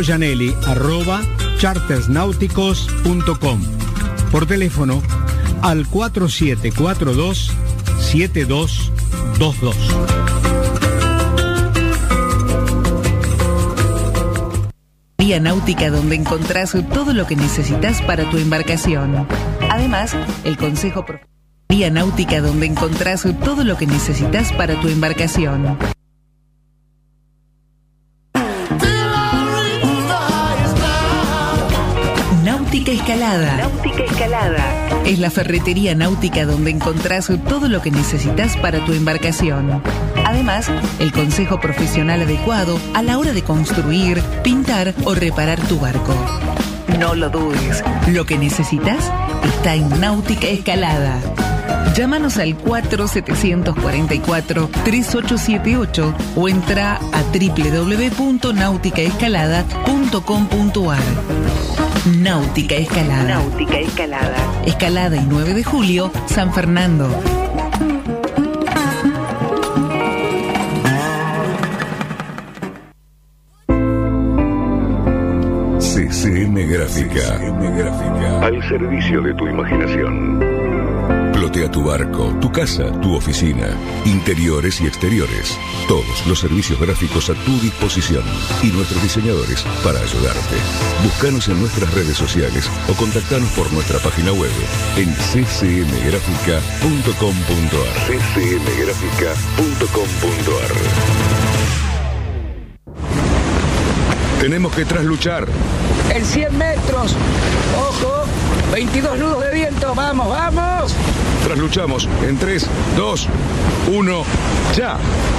loboyanelli@chartersnauticos.com. Por teléfono al 4742-7222. Vía náutica donde encontrás todo lo que necesitas para tu embarcación. Además, el consejo Vía náutica donde encontrás todo lo que necesitas para tu embarcación. Náutica Escalada. Náutica Escalada. Es la ferretería náutica donde encontrás todo lo que necesitas para tu embarcación. Además, el consejo profesional adecuado a la hora de construir, pintar o reparar tu barco. No lo dudes, lo que necesitas está en Náutica Escalada. Llámanos al 4744-3878 o entra a www.nauticaescalada.com.ar. Náutica Escalada. Náutica Escalada. Escalada y 9 de julio, San Fernando. CCM Gráfica. Al servicio de tu imaginación. Plotea tu barco, tu casa, tu oficina, interiores y exteriores. Todos los servicios gráficos a tu disposición y nuestros diseñadores para ayudarte. Búscanos en nuestras redes sociales o contactanos por nuestra página web en ccmgrafica.com.ar. ccmgrafica.com.ar. Tenemos que trasluchar. en 100 metros. Ojo, 22 nudos de viento, vamos, vamos. Trasluchamos en 3, 2, 1, ya.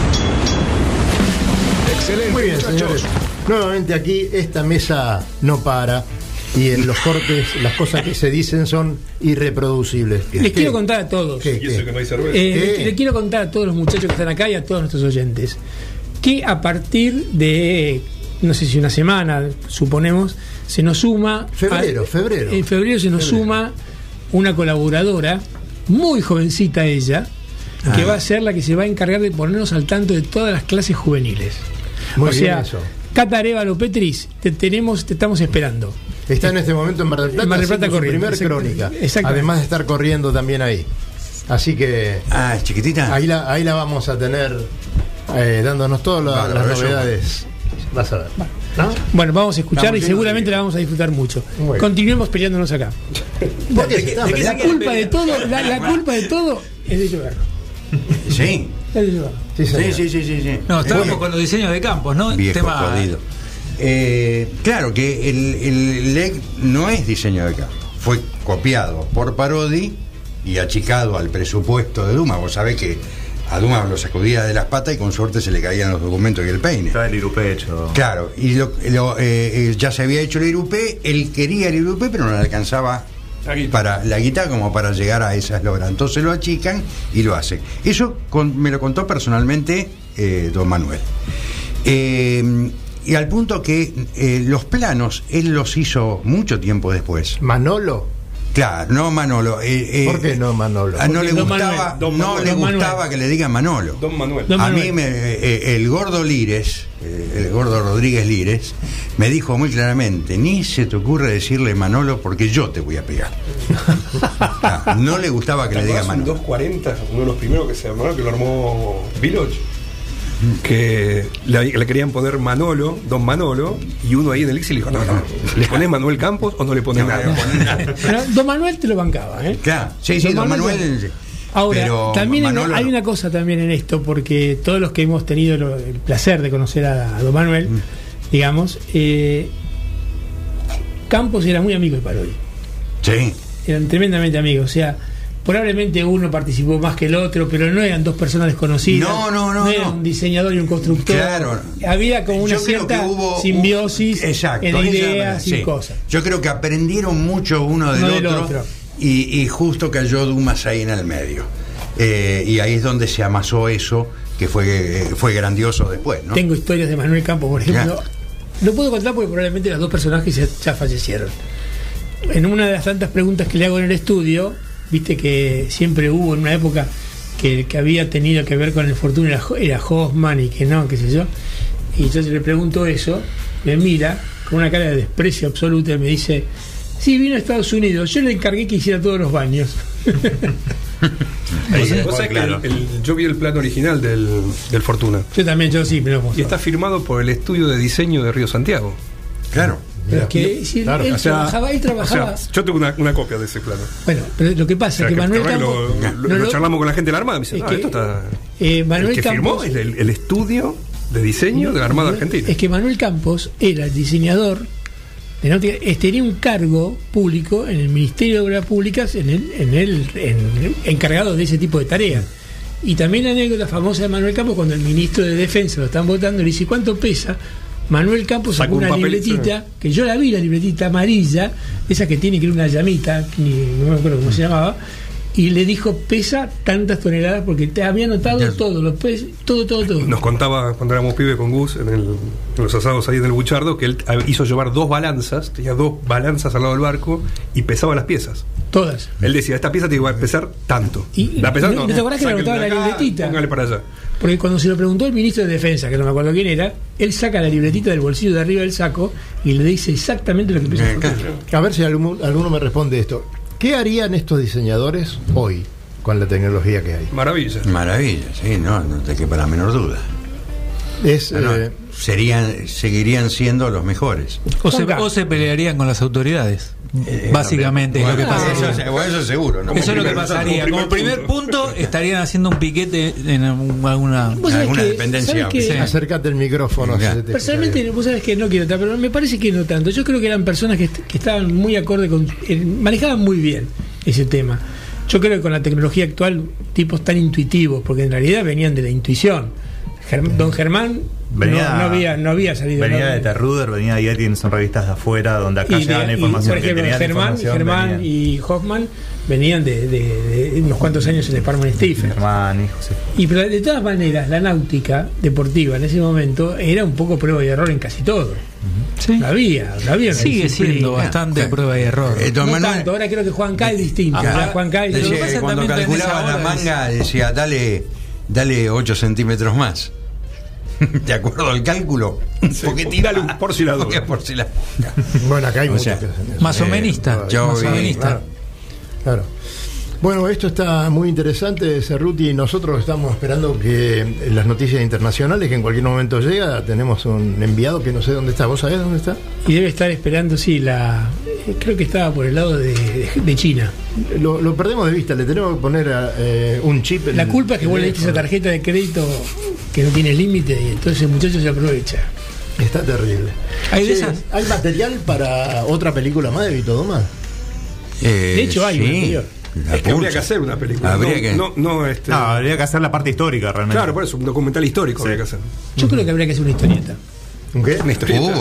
Excelente, Muy bien, muchachos. señores. Nuevamente aquí esta mesa no para y en los cortes las cosas que se dicen son irreproducibles. Les quiero contar a todos. Y eso que no hay cerveza. Les quiero contar a todos los muchachos que están acá y a todos nuestros oyentes que a partir de, no sé si una semana, suponemos, se nos suma... Febrero. En febrero se nos suma una colaboradora, muy jovencita ella, que va a ser la que se va a encargar de ponernos al tanto de todas las clases juveniles. Muy o bien sea, eso. Cata Arévalo Petris, te estamos esperando. Está en este momento en Mar del Plata, En Mar del Plata haciendo su corriendo, primer crónica. exactamente. Además de estar corriendo también ahí. Así que... Ah, ¿es chiquitita? Ahí la vamos a tener dándonos todas las eso. novedades. Vas a ver. ¿No? Bueno, vamos a escuchar Estamos y seguramente la vamos a disfrutar mucho. Muy bien. Continuemos peleándonos acá. La culpa de todo, la culpa de todo es de Lloverro. Sí. Es de Lloverro. Sí. No, estábamos con los diseños de campos, ¿no? Viejo Tema- jodido. Claro que el LEG no es diseño de acá. Fue copiado por Parodi y achicado al presupuesto de Duma. Vos sabés que a Duma lo sacudía de las patas y con suerte se le caían los documentos y el peine. Estaba el Irupé hecho. Claro, y ya se había hecho el Irupé, él quería el Irupé, pero no le alcanzaba para la guitarra como para llegar a esas logras. Entonces lo achican y lo hacen. Eso me lo contó personalmente don Manuel. Y al punto que los planos él los hizo mucho tiempo después. ¿Manolo? Claro, no Manolo. ¿Por qué no Manolo? No le Don gustaba, Manuel. no le Don gustaba Manuel. que le digan Manolo. Don Manuel. Don A Manuel. mí el gordo Lires, el gordo Rodríguez Lires, me dijo muy claramente: ni se te ocurre decirle Manolo porque yo te voy a pegar. No le gustaba que le digan Un Manolo. 240, uno de los primeros que se armó, que lo armó Village, que le querían poner Manolo, Don Manolo, y uno ahí en el X le dijo: no, ¿le ponés Manuel Campos o no le ponés nada? Pero Don Manuel te lo bancaba, ¿eh? Claro, sí, Don Manuel. Ahora, pero también Manolo hay no. una cosa también en esto, porque todos los que hemos tenido el placer de conocer a Don Manuel, digamos, Campos era muy amigo de Parodi. Sí. Eran tremendamente amigos, o sea, probablemente uno participó más que el otro, pero no eran dos personas desconocidas. No. era un diseñador y un constructor. Claro. Había como una Yo creo cierta que hubo simbiosis exacto, en ideas sí. y cosas. Yo creo que aprendieron mucho uno del otro. Y justo cayó Dumas ahí en el medio. Y ahí es donde se amasó eso, que fue grandioso después, ¿no? Tengo historias de Manuel Campos, por ejemplo. Ya. No puedo contar porque probablemente los dos personajes ya fallecieron. En una de las tantas preguntas que le hago en el estudio, viste que siempre hubo en una época que había tenido que ver con el Fortuna era Hoffman y que no, qué sé yo. Y yo le pregunto eso, me mira con una cara de desprecio absoluta y me dice: sí, vino a Estados Unidos, yo le encargué que hiciera todos los baños. Vos sabés que yo vi el plano original del Fortuna. Yo también, pero y está firmado por el estudio de diseño de Río Santiago. Claro. Pero es que si claro, él o sea, trabajaba. o sea, yo tengo una copia de ese plano. Bueno, pero lo que pasa es que Manuel Campos. Lo charlamos con la gente de la Armada. Me dice: no, esto está. Manuel el que Campos, firmó es el estudio de diseño de la Armada Argentina. Es que Manuel Campos era el diseñador de náutica, tenía un cargo público en el Ministerio de Obras Públicas, en el encargado de ese tipo de tareas. Y también la anécdota famosa de Manuel Campos, cuando el ministro de Defensa lo están votando, le dice: ¿cuánto pesa? Manuel Campos sacó una libretita, que yo la vi, la libretita amarilla, esa que tiene que ir una llamita, no me acuerdo cómo se llamaba, y le dijo: pesa tantas toneladas, porque te había anotado todo, los pesos, todo. Nos contaba cuando éramos pibes con Gus en los asados ahí en el Buchardo, que él hizo llevar 2 balanzas, tenía 2 balanzas al lado del barco y pesaba las piezas. Todas. Él decía: esta pieza te iba a pesar tanto. Y la pesaba, ¿no te acordás que le anotaba la libretita? Póngale para allá. Porque cuando se lo preguntó el ministro de Defensa, que no me acuerdo quién era, él saca la libretita del bolsillo de arriba del saco y le dice exactamente lo que pesa. A ver si alguno me responde esto. ¿Qué harían estos diseñadores hoy con la tecnología que hay? Maravilla, sí, no te quepa la menor duda. seguirían siendo los mejores. O se pelearían con las autoridades. Básicamente es lo que pasa. Eso seguro, ¿no? Eso es lo que pasaría. Como primer punto, estarían haciendo un piquete en alguna dependencia. Sí. Acércate el micrófono. Personalmente, vos sabés que no quiero estar, pero me parece que no tanto. Yo creo que eran personas que estaban muy acorde con. Manejaban muy bien ese tema. Yo creo que con la tecnología actual, tipos tan intuitivos, porque en realidad venían de la intuición. Don Germán no había salido. Venía de Terruder, venía de Yeti, son revistas de afuera donde acá llegaban la información. Por ejemplo, Germán y Hoffman venían de unos cuantos años en Sparman Stephen. Y pero de todas maneras, la náutica deportiva en ese momento era un poco prueba y error en casi todo. Sí. La había sigue siendo bastante prueba y error. No tanto, ahora creo que Juan K es distinto. Juan K decía, cuando calculaba la manga decía, dale 8 centímetros más. De acuerdo al cálculo, dale un por si la duda. Bueno, acá hay muchas masomenista. Claro. Bueno, esto está muy interesante, Cerruti. Nosotros estamos esperando que las noticias internacionales, que en cualquier momento llega, tenemos un enviado que no sé dónde está. ¿Vos sabés dónde está? Y debe estar esperando, creo que estaba por el lado de China. Lo perdemos de vista, le tenemos que poner un chip. La culpa es que vos le diste esa tarjeta de crédito que no tiene límite y entonces el muchacho se aprovecha. Está terrible. ¿Hay material para otra película más de Vito Domá? De hecho hay material. Habría que hacer una película. Habría que hacer la parte histórica realmente. Claro, por eso, un documental histórico habría que hacer. Yo creo que habría que hacer una historieta. ¿Qué? ¿Una historieta?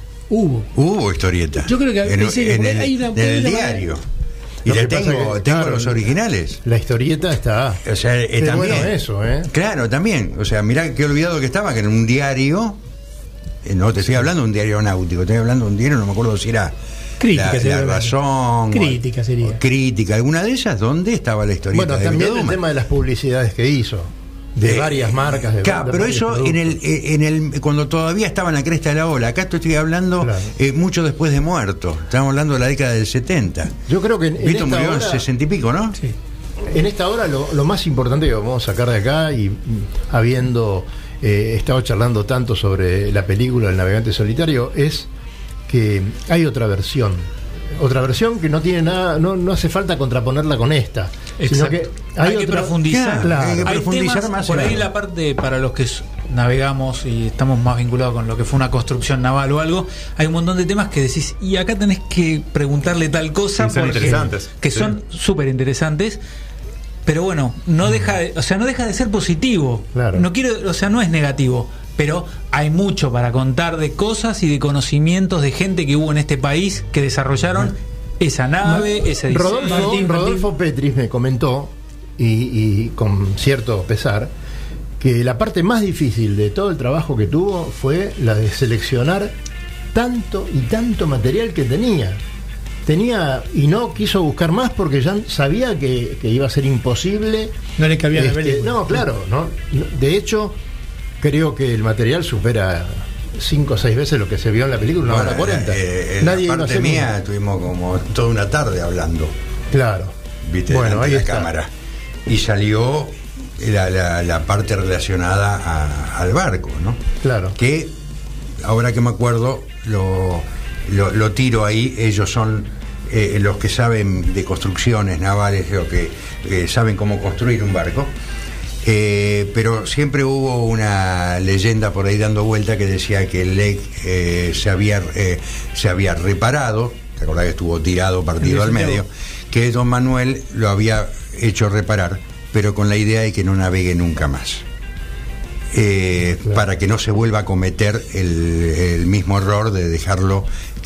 Hubo historieta. Yo creo que en el diario. Y tengo los originales. La historieta está. O sea, también. Bueno eso, Claro, también. O sea, mirá qué olvidado que estaba, que en un diario. No te estoy hablando de un diario náutico, estoy hablando de un diario, no me acuerdo si era. Crítica, la Razón. Crítica sería. Crítica, alguna de ellas, ¿dónde estaba la historieta? Bueno, también el tema de las publicidades que hizo. De varias marcas. Pero eso cuando todavía estaba en la cresta de la ola. Acá estoy hablando mucho después de muerto. Estamos hablando de la década del 70. Yo creo que Vito murió en 60 y pico, ¿no? Sí. En esta hora lo más importante que vamos a sacar de acá, y habiendo estado charlando tanto sobre la película El navegante solitario, es que hay otra versión que no tiene nada, no hace falta contraponerla con esta. Exacto. Sino que hay que profundizar. Claro, hay que profundizar más. Por ahí la parte para los que navegamos y estamos más vinculados con lo que fue una construcción naval o algo, hay un montón de temas que decís, y acá tenés que preguntarle tal cosa, son interesantes. Que son súper interesantes. Pero bueno, no deja de ser positivo. Claro. No es negativo. Pero hay mucho para contar de cosas y de conocimientos de gente que hubo en este país que desarrollaron esa nave, ese diseño. Rodolfo Petris me comentó, y con cierto pesar, que la parte más difícil de todo el trabajo que tuvo fue la de seleccionar tanto y tanto material que tenía y no quiso buscar más porque ya sabía que iba a ser imposible. No le cabía la película. No, claro, ¿no? De hecho, creo que el material supera 5 o 6 veces lo que se vio en la película, 1 hora 40. Nadie la parte mía estuvimos como toda una tarde hablando. Claro. Viste, bueno, ahí de la está. cámara. Y salió la parte relacionada al barco, ¿no? Claro. Que, ahora que me acuerdo, lo tiro ahí. Ellos son los que saben de construcciones navales, los que saben cómo construir un barco. Pero siempre hubo una leyenda por ahí dando vuelta que decía que el Lake se había reparado. ¿Te acordás que estuvo tirado, partido al medio? Que don Manuel lo había hecho reparar, pero con la idea de que no navegue nunca más. Claro. Para que no se vuelva a cometer el mismo error de dejarlo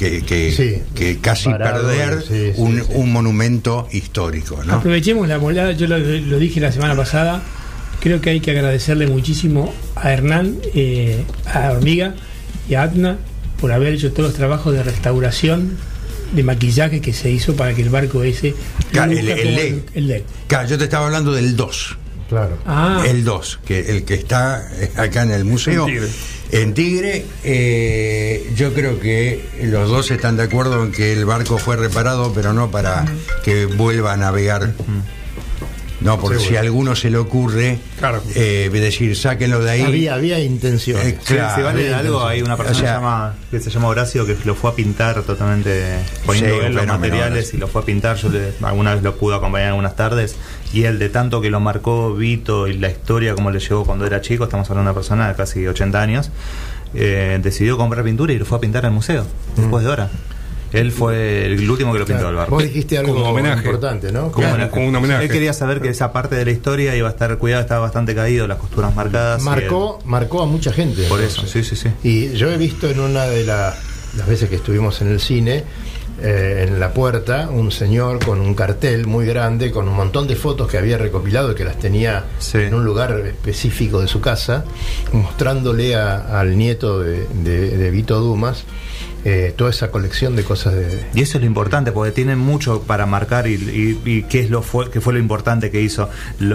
que casi parado, perder un monumento histórico, ¿no? Aprovechemos la molada, yo lo dije la semana pasada. Creo que hay que agradecerle muchísimo a Hernán, a Hormiga y a Atna por haber hecho todos los trabajos de restauración, de maquillaje que se hizo para que el barco ese... El LEG. Claro, yo te estaba hablando del 2. Claro. El 2, el que está acá en el museo. En Tigre. Yo creo que los dos están de acuerdo en que el barco fue reparado, pero no para que vuelva a navegar No, porque si a alguno se le ocurre decir, sáquenlo de ahí. Había intenciones. Si vale algo, hay una persona que se llama Horacio que lo fue a pintar totalmente, poniendo él los materiales y lo fue a pintar. Yo alguna vez lo pude acompañar algunas tardes, y él, de tanto que lo marcó Vito y la historia como le llegó cuando era chico, estamos hablando de una persona de casi 80 años, decidió comprar pintura y lo fue a pintar al museo después de horas. Él fue el último que lo pintó al barco. Vos dijiste algo como homenaje, importante, ¿no? Como un homenaje. Él quería saber que esa parte de la historia iba a estar cuidada, estaba bastante caído, las costuras marcadas. Marcó a mucha gente. Por eso, sí. Y yo he visto en una de las veces que estuvimos en el cine, en la puerta, un señor con un cartel muy grande, con un montón de fotos que había recopilado y que las tenía en un lugar específico de su casa, mostrándole al nieto de Vito Dumas toda esa colección de cosas y eso es lo importante, porque tienen mucho para marcar y qué fue lo importante que hizo.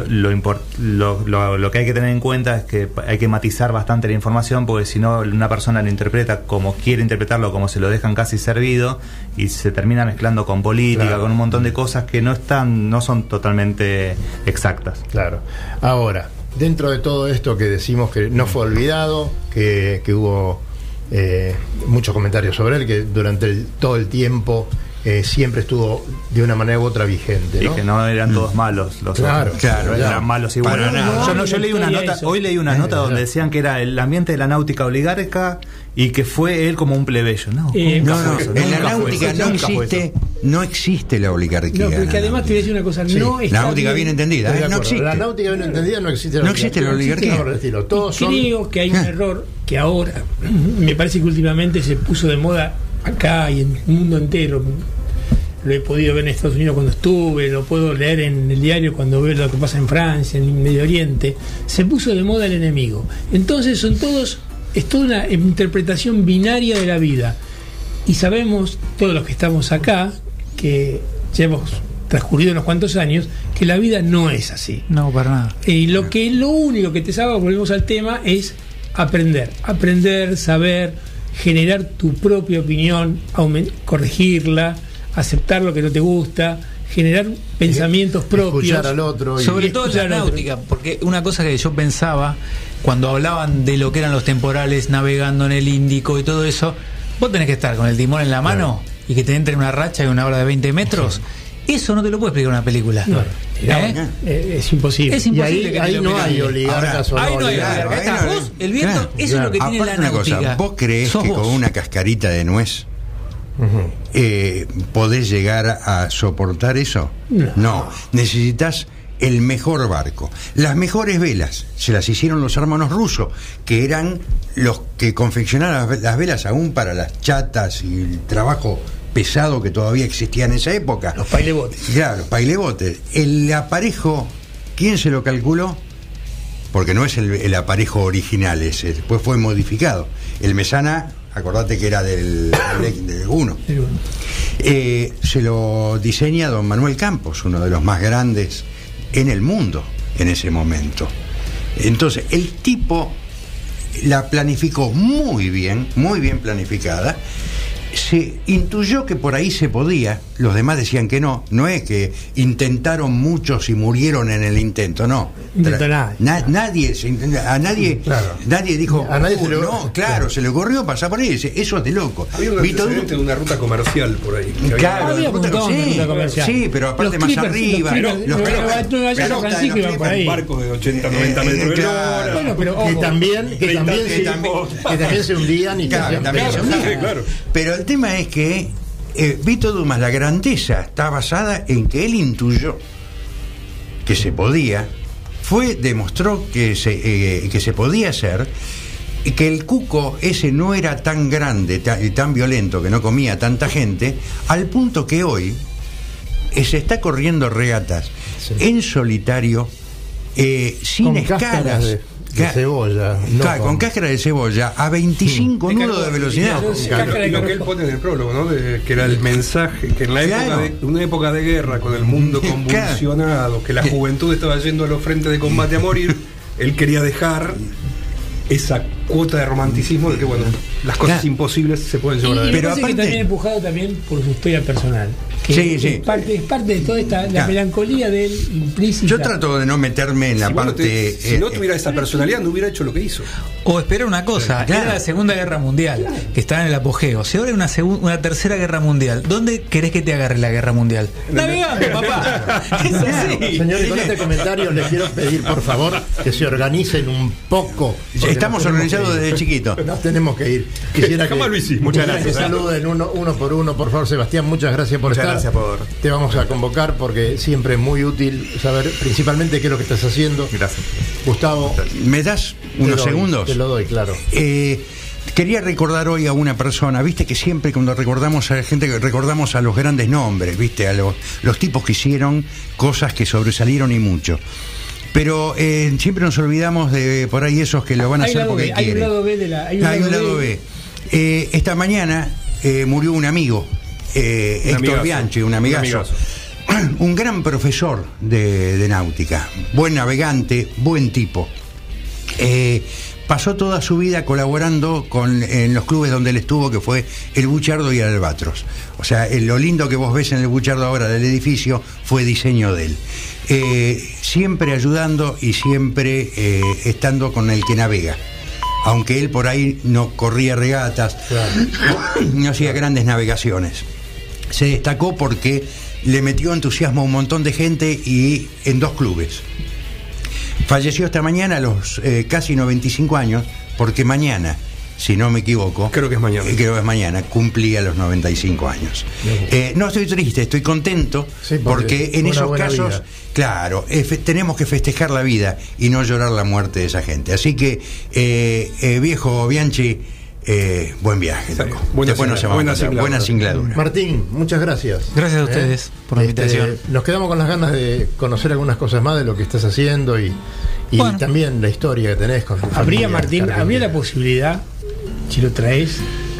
Lo que hay que tener en cuenta es que hay que matizar bastante la información, porque si no, una persona lo interpreta como quiere interpretarlo, como se lo dejan casi servido, y se termina mezclando con política, con un montón de cosas que no son totalmente exactas. Claro. Ahora, dentro de todo esto que decimos que no fue olvidado, que hubo muchos comentarios sobre él, que durante todo el tiempo siempre estuvo de una manera u otra vigente, ¿no? Y que no eran todos malos los otros. Eran malos igual. Yo leí una nota, hoy leí una nota donde decían que era el ambiente de la náutica oligarca y que fue él como un plebeyo. En la náutica no existe la oligarquía. No, porque además te voy a decir una cosa, la náutica bien entendida, no existe. La náutica bien entendida no existe. No existe la oligarquía. Creo que hay un error que ahora me parece que últimamente se puso de moda acá y en el mundo entero. Lo he podido ver en Estados Unidos cuando estuve, lo puedo leer en el diario cuando veo lo que pasa en Francia, en el Medio Oriente. Se puso de moda el enemigo. Entonces es toda una interpretación binaria de la vida. Y sabemos, todos los que estamos acá, que ya hemos transcurrido unos cuantos años, que la vida no es así. No, para nada. Y lo único que te salva, volvemos al tema, es aprender, saber, generar tu propia opinión, corregirla, aceptar lo que no te gusta, generar pensamientos propios, escuchar al otro, sobre todo en la náutica, porque una cosa que yo pensaba cuando hablaban de lo que eran los temporales navegando en el Índico y todo eso, vos tenés que estar con el timón en la mano y que te entre una racha de una hora de 20 metros. Eso no te lo puede explicar una película. Es imposible. Es imposible. Y ahí no hay oligarcas. Ahí no hay oligarcas. Vos, el viento, eso es lo que tiene la náutica. Cosa, ¿vos creés que con una cascarita de nuez podés llegar a soportar eso? No. Necesitas el mejor barco. Las mejores velas se las hicieron los hermanos rusos, que eran los que confeccionaban las velas aún para las chatas y el trabajo pesado que todavía existía en esa época. Los pailebotes. Claro, los pailebotes. El aparejo, ¿quién se lo calculó? Porque no es el aparejo original ese, después fue modificado. El Mesana, acordate que era del 1. Se lo diseña don Manuel Campos, uno de los más grandes en el mundo en ese momento. Entonces, el tipo la planificó muy bien planificada. Se intuyó que por ahí se podía, los demás decían que no es que intentaron muchos y murieron en el intento, no. Nadie dijo, se le ocurrió pasar por ahí, eso es de loco. Había un antecedente de una ruta comercial por ahí. Había un montón de ruta comercial. Sí, pero aparte más arriba. Los barcos de 80, 90 metros de hora. Bueno, pero que también se hundían y también se hundían. Claro. Pero el tema es que Vito Dumas, la grandeza está basada en que él intuyó que se podía, demostró que se podía hacer, y que el cuco ese no era tan grande y tan violento, que no comía tanta gente, al punto que hoy se está corriendo regatas en solitario, sin escalas. De cebolla. Con cáscara de cebolla a 25 nudos de velocidad. Lo que él pone en el prólogo, ¿no? Que era el mensaje, que en la época una época de guerra, con el mundo convulsionado, que la juventud estaba yendo a los frentes de combate a morir, él quería dejar esa cuota de romanticismo de que las cosas imposibles se pueden llevar adelante. Pero aparte, que también empujado también por su historia personal, que sí. es parte de toda esta la melancolía de él implícita. Yo trato de no meterme en la parte. Si no tuviera esa personalidad, no hubiera hecho lo que hizo. O espera una cosa, Claro. era la Segunda Guerra Mundial, que estaba en el apogeo. Si ahora hay una Tercera Guerra Mundial, ¿dónde querés que te agarre la Guerra Mundial? Navegando, papá. Es así. Señores, con este comentario les quiero pedir, por favor, que se organicen un poco. porque Estamos nos tenemos organizados que ir. desde chiquito. Nos tenemos que ir. Quisiera Jamás lo hicimos. Muchas quisiera gracias. Que saluden uno por uno, por favor, Sebastián. Muchas gracias por Muchas estar. gracias por- Te vamos a convocar porque siempre es muy útil saber principalmente qué es lo que estás haciendo. Gracias. Gustavo, ¿Me das te unos doy, segundos? Te lo doy, claro. Quería recordar hoy a una persona, viste que siempre cuando recordamos a la gente, recordamos a los grandes nombres, viste, a los tipos que hicieron cosas que sobresalieron y mucho. Pero siempre nos olvidamos de por ahí esos que lo van a Hay hacer lado porque B, hay un quieren. lado B de la. Hay un lado B. Esta mañana murió un amigo, Héctor amigazo. Bianchi, un amigazo. Un gran profesor de náutica, buen navegante, buen tipo. Pasó toda su vida colaborando en los clubes donde él estuvo, que fue el Buchardo y el Albatros. O sea, lo lindo que vos ves en el Buchardo ahora del edificio fue diseño de él. Siempre ayudando y siempre estando con el que navega. Aunque él por ahí no corría regatas, no hacía grandes navegaciones. Se destacó porque le metió entusiasmo a un montón de gente y en 2 clubes. Falleció esta mañana a los casi 95 años, porque mañana, si no me equivoco, Creo que es mañana. cumplía los 95 años. No estoy triste, estoy contento, Sí, porque en una esos buena casos, vida. claro, tenemos que festejar la vida y no llorar la muerte de esa gente. Así que, viejo Bianchi, buen viaje, loco. Buena Después nos singladura, llamamos buena a encontrar. Buena singladura. Martín, muchas gracias. Gracias a ustedes por la invitación. Nos quedamos con las ganas de conocer algunas cosas más de lo que estás haciendo y Bueno. también la historia que tenés con tu Habría, familia, Martín, Argentina. habría la posibilidad, si lo traes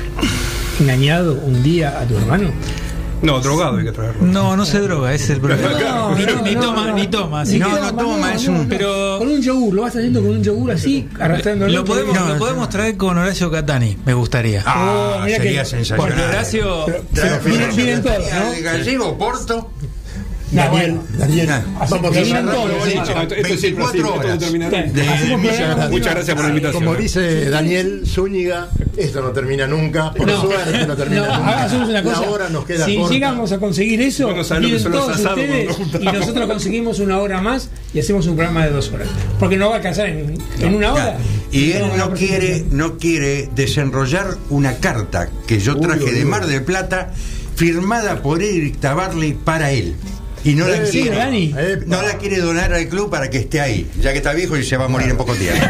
engañado un día a tu hermano. No, drogado hay que traerlo. No se droga, ese es el problema. No, ni no, toma, no. ni toma. Así No, que no toma, es un- Pero Con un yogur, lo vas haciendo con un yogur así, arrastrándolo. lo podemos traer con Horacio Catani, me gustaría. Ah, mira sería que- sensacional. Porque Horacio Vienen todos, ¿no? El gallego, Porto. Daniel, vamos a vienen cerrar todos, con sí. esto. Esto es siempre así, 24 esto no horas. terminará. Hacemos programa. Muchas gracias por la invitación. Como dice Daniel Zúñiga, esto no termina nunca. Por No. suerte no termina No, nunca. hacemos una cosa. La hora nos queda si corta. llegamos a conseguir eso, Vos no sabés lo que vienen son los todos asados ustedes cuando nos y juntamos. nosotros conseguimos una hora más y hacemos un programa de 2 horas. Porque no va a alcanzar en una hora. Y él No, no quiere desenrollar una carta que yo traje de Mar del Plata firmada por Eric Tabarly para él. Y no la Sí, quiere, Dani. no la quiere donar al club para que esté ahí, ya que está viejo y se va a morir en poco tiempo.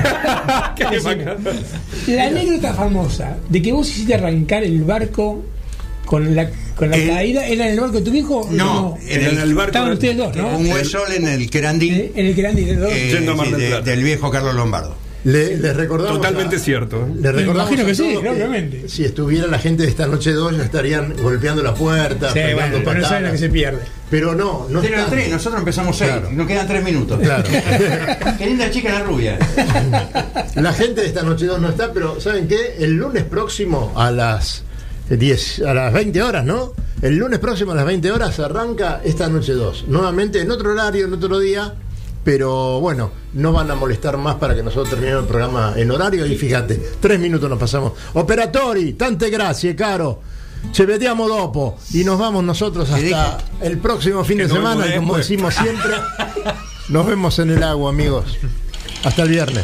La anécdota famosa de que vos hiciste arrancar el barco con la caída, ¿era en el barco de tu viejo? No, en el barco. Estaban ustedes dos, ¿no? Un huesol en el Querandí, En el que eran dos. Yendo a Mar del Plata. del viejo Carlos Lombardo. Les recordamos. Totalmente cierto. Les recordamos imagino que a sí, todos obviamente. Si estuviera la gente de esta noche 2, ya estarían golpeando la puerta, Sí, pegando bueno, pero no patadas. saben lo que se pierde. Pero no Eran está. 3, nosotros empezamos 6, Claro. nos quedan 3 minutos. Claro. Qué linda chica la rubia. La gente de esta noche 2 no está, pero ¿saben qué? El lunes próximo a las 20 horas, ¿no? El lunes próximo a las 20 horas arranca esta noche 2. Nuevamente en otro horario, en otro día, pero bueno, no van a molestar más para que nosotros terminemos el programa en horario. Y fíjate, 3 minutos nos pasamos. Operatori, tante grazie, caro. Ci vediamo dopo y nos vamos nosotros hasta el próximo fin de nos semana. vemos Y como después. decimos siempre, nos vemos en el agua, amigos. Hasta el viernes.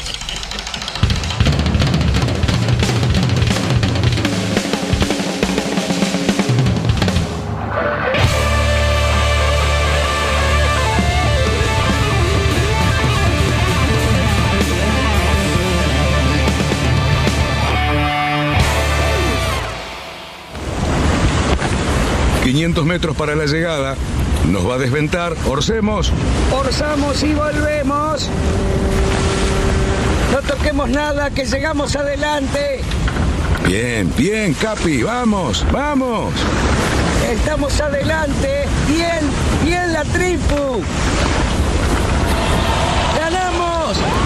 $500 para la llegada. Nos va a desventar. Orcemos. Orzamos y volvemos. No toquemos nada, que llegamos adelante. Bien, bien, Capi. Vamos, vamos. Estamos adelante. Bien, bien la tripu. ¡Ganamos!